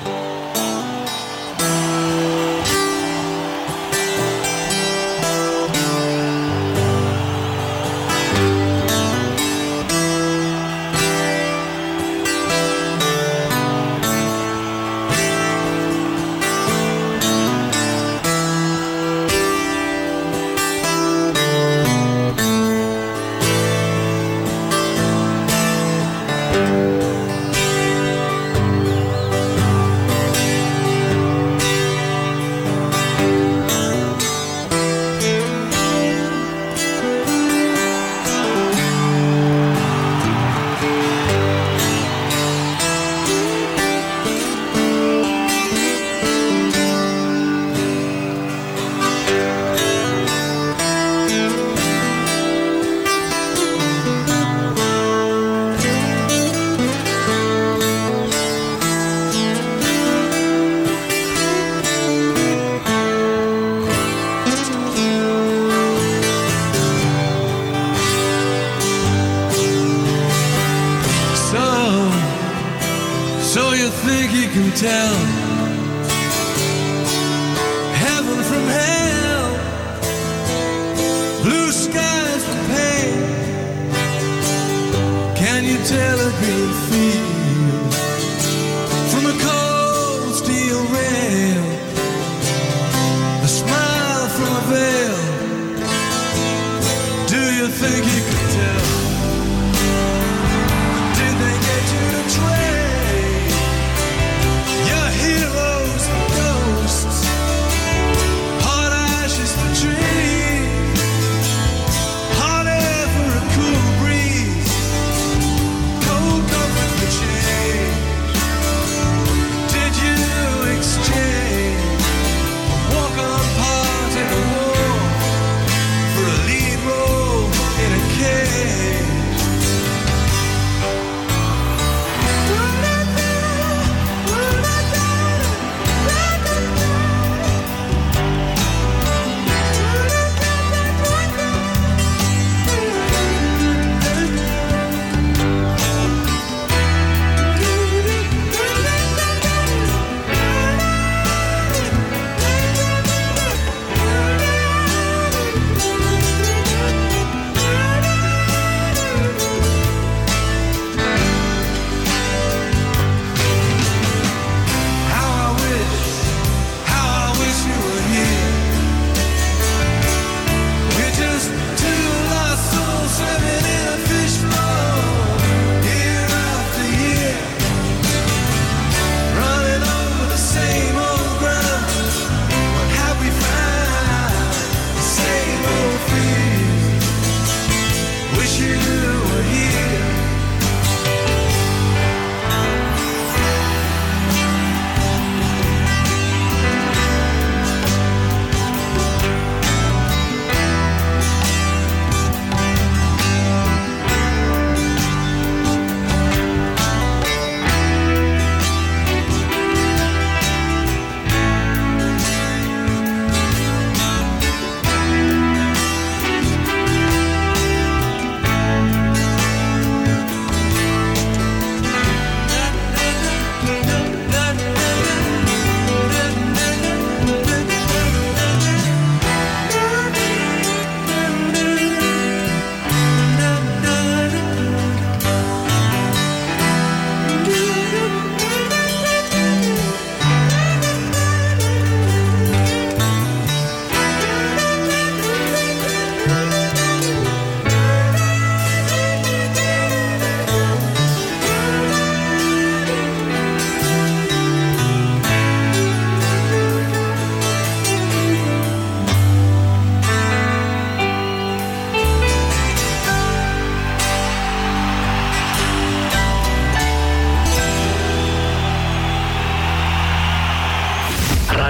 Tell heaven from hell, blue skies from pain. Can you tell a green field from a cold steel rail? A smile from a veil. Do you think you could tell? Did they get you to trade heroes and ghosts, hard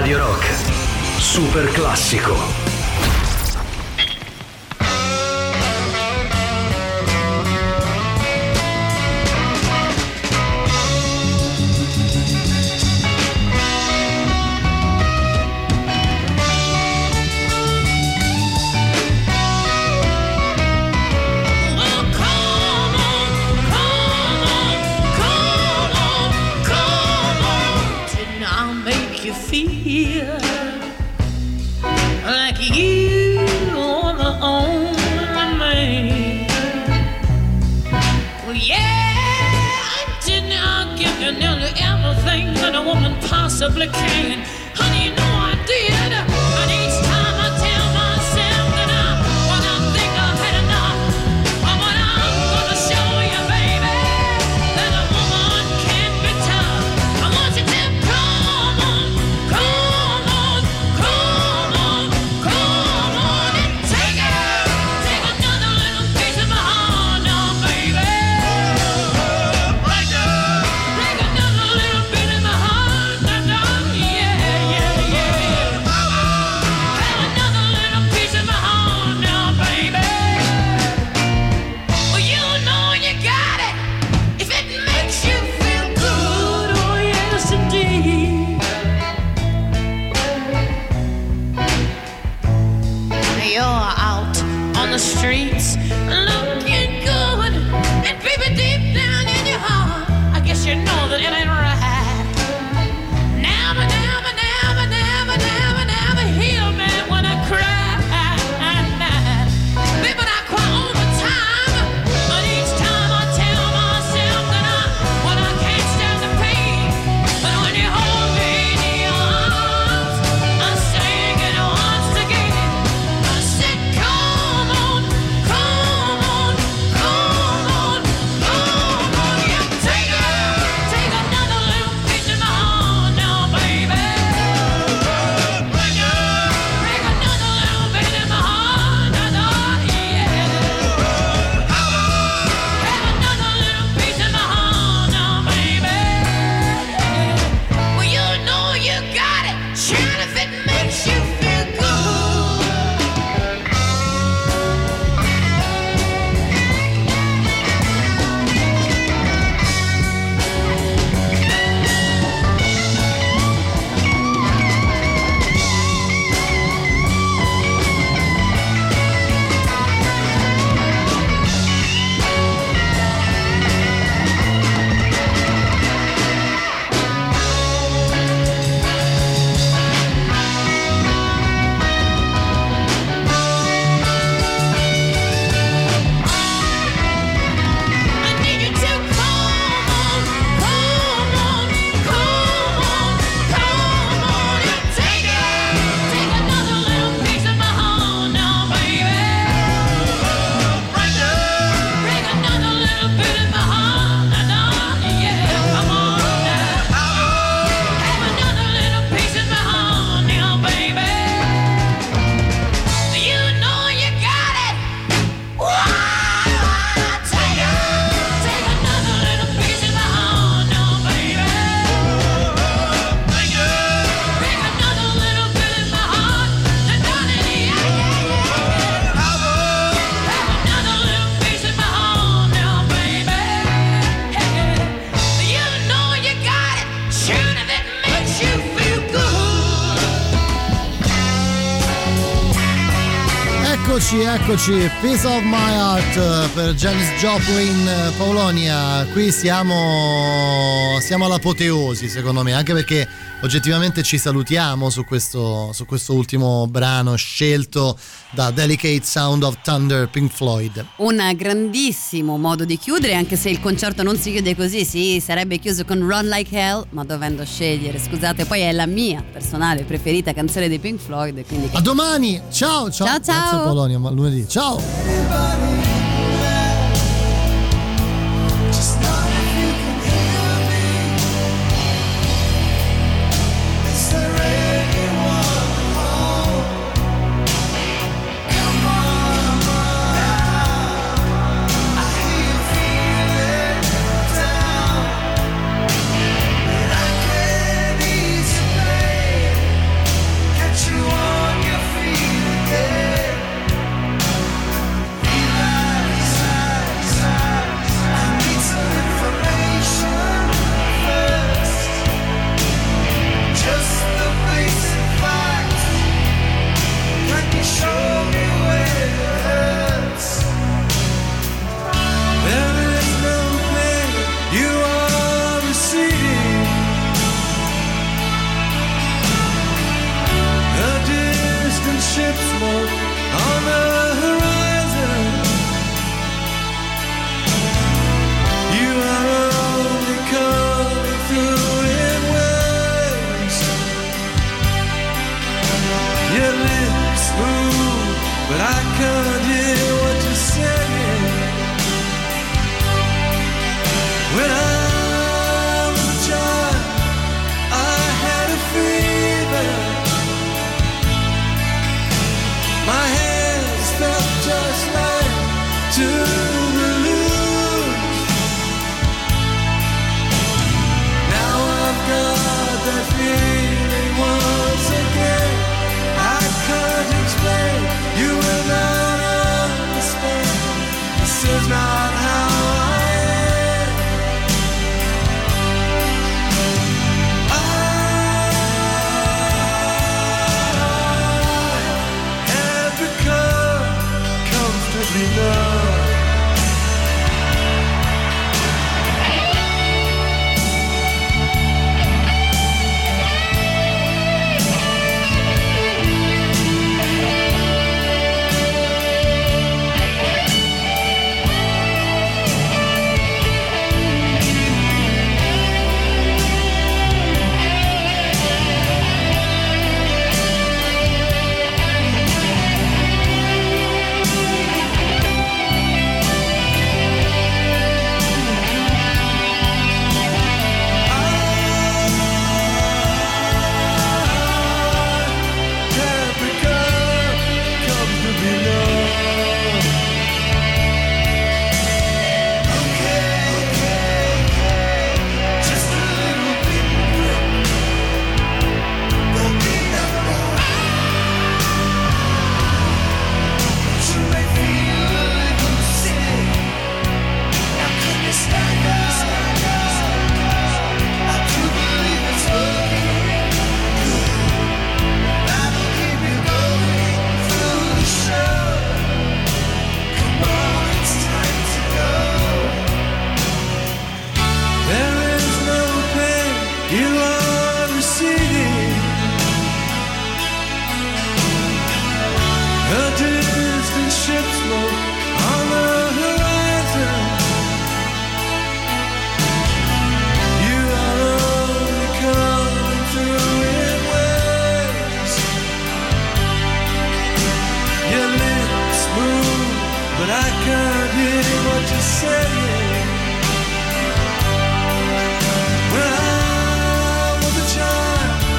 Radio Rock, super classico. Possibly can. Honey, you know I did. And each time I tell myself that I, when I think I've had enough, but when I'm gonna show you, baby, that a woman can be tough. I want you to come on, come on, come on, come on and take it. Take another little piece of my heart now, baby. Break it. Take another little bit of my heart. Streets looking good, and baby, deep down in your heart, I guess you know that it ain't right. Never, never, never, never, never, never heal me when I cry. Baby, I cry all the time, but each time I tell myself that I, when I can't stand the pain, but when you hold me in your arms, I sing it once again. I said, come on. Come on, come on, come on, yeah, take it, take another little piece of my heart now, baby. Break it, break another little bit of my heart, now, yeah. Have another little piece of my heart now, baby. Well, you know you got it, child, if it makes you feel good. Eccoci, eccoci, Piece of My Heart per Janis Joplin, Polonia. Qui siamo, siamo all'apoteosi secondo me, anche perché oggettivamente ci salutiamo su questo, su questo ultimo brano scelto da Delicate Sound of Thunder, Pink Floyd. Un grandissimo modo di chiudere, anche se il concerto non si chiude così, sì, sarebbe chiuso con Run Like Hell, ma dovendo scegliere, scusate, poi è la mia personale preferita canzone dei Pink Floyd, quindi... A domani, ciao, ciao, ciao, ciao. Grazie Polonia, ma lunedì, ciao. You are receding. A distant ship smoke on the horizon. You are only coming through in waves. Your lips move, but I can't hear what you're saying. When I was a child,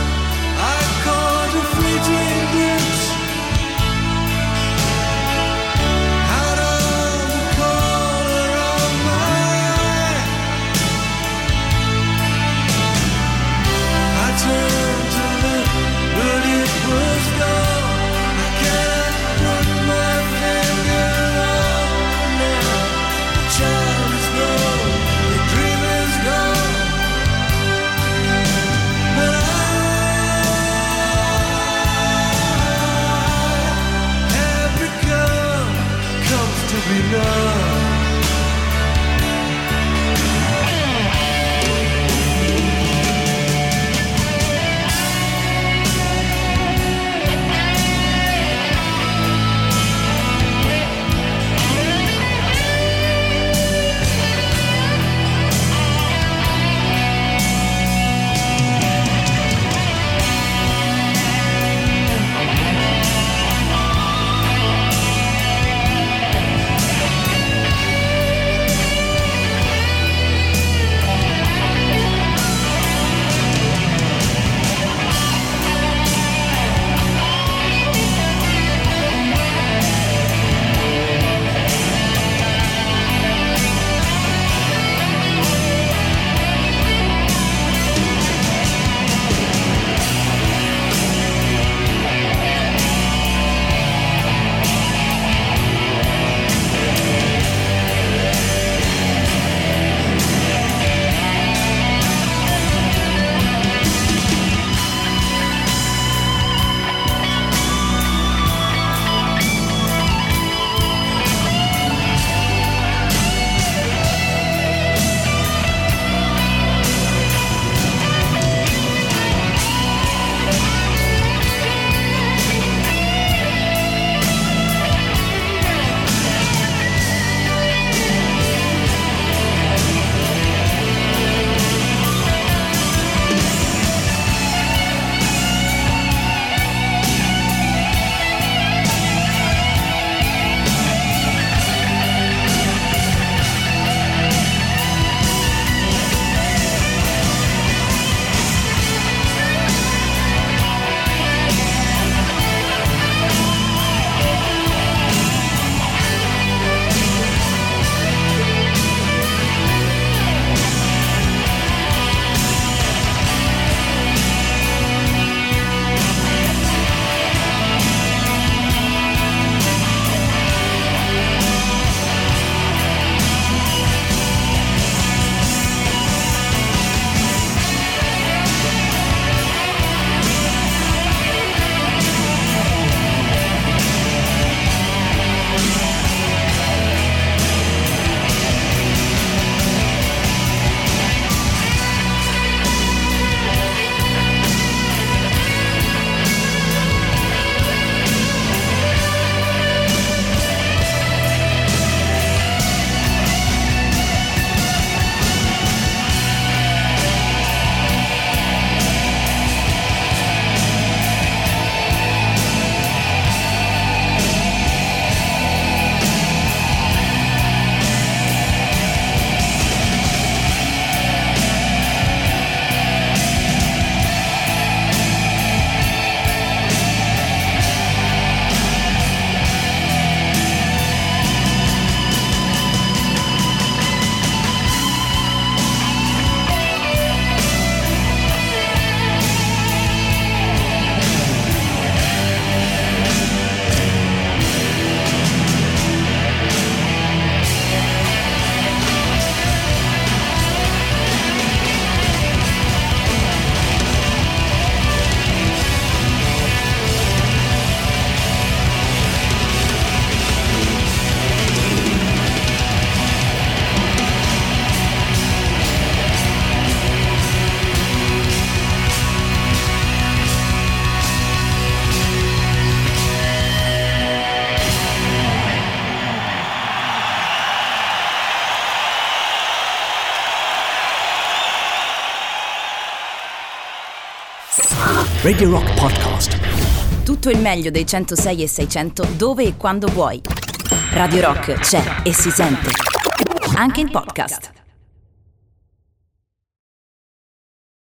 Radio Rock Podcast. Tutto il meglio dei centosei e seicento dove e quando vuoi. Radio Rock c'è e si sente. Anche in podcast.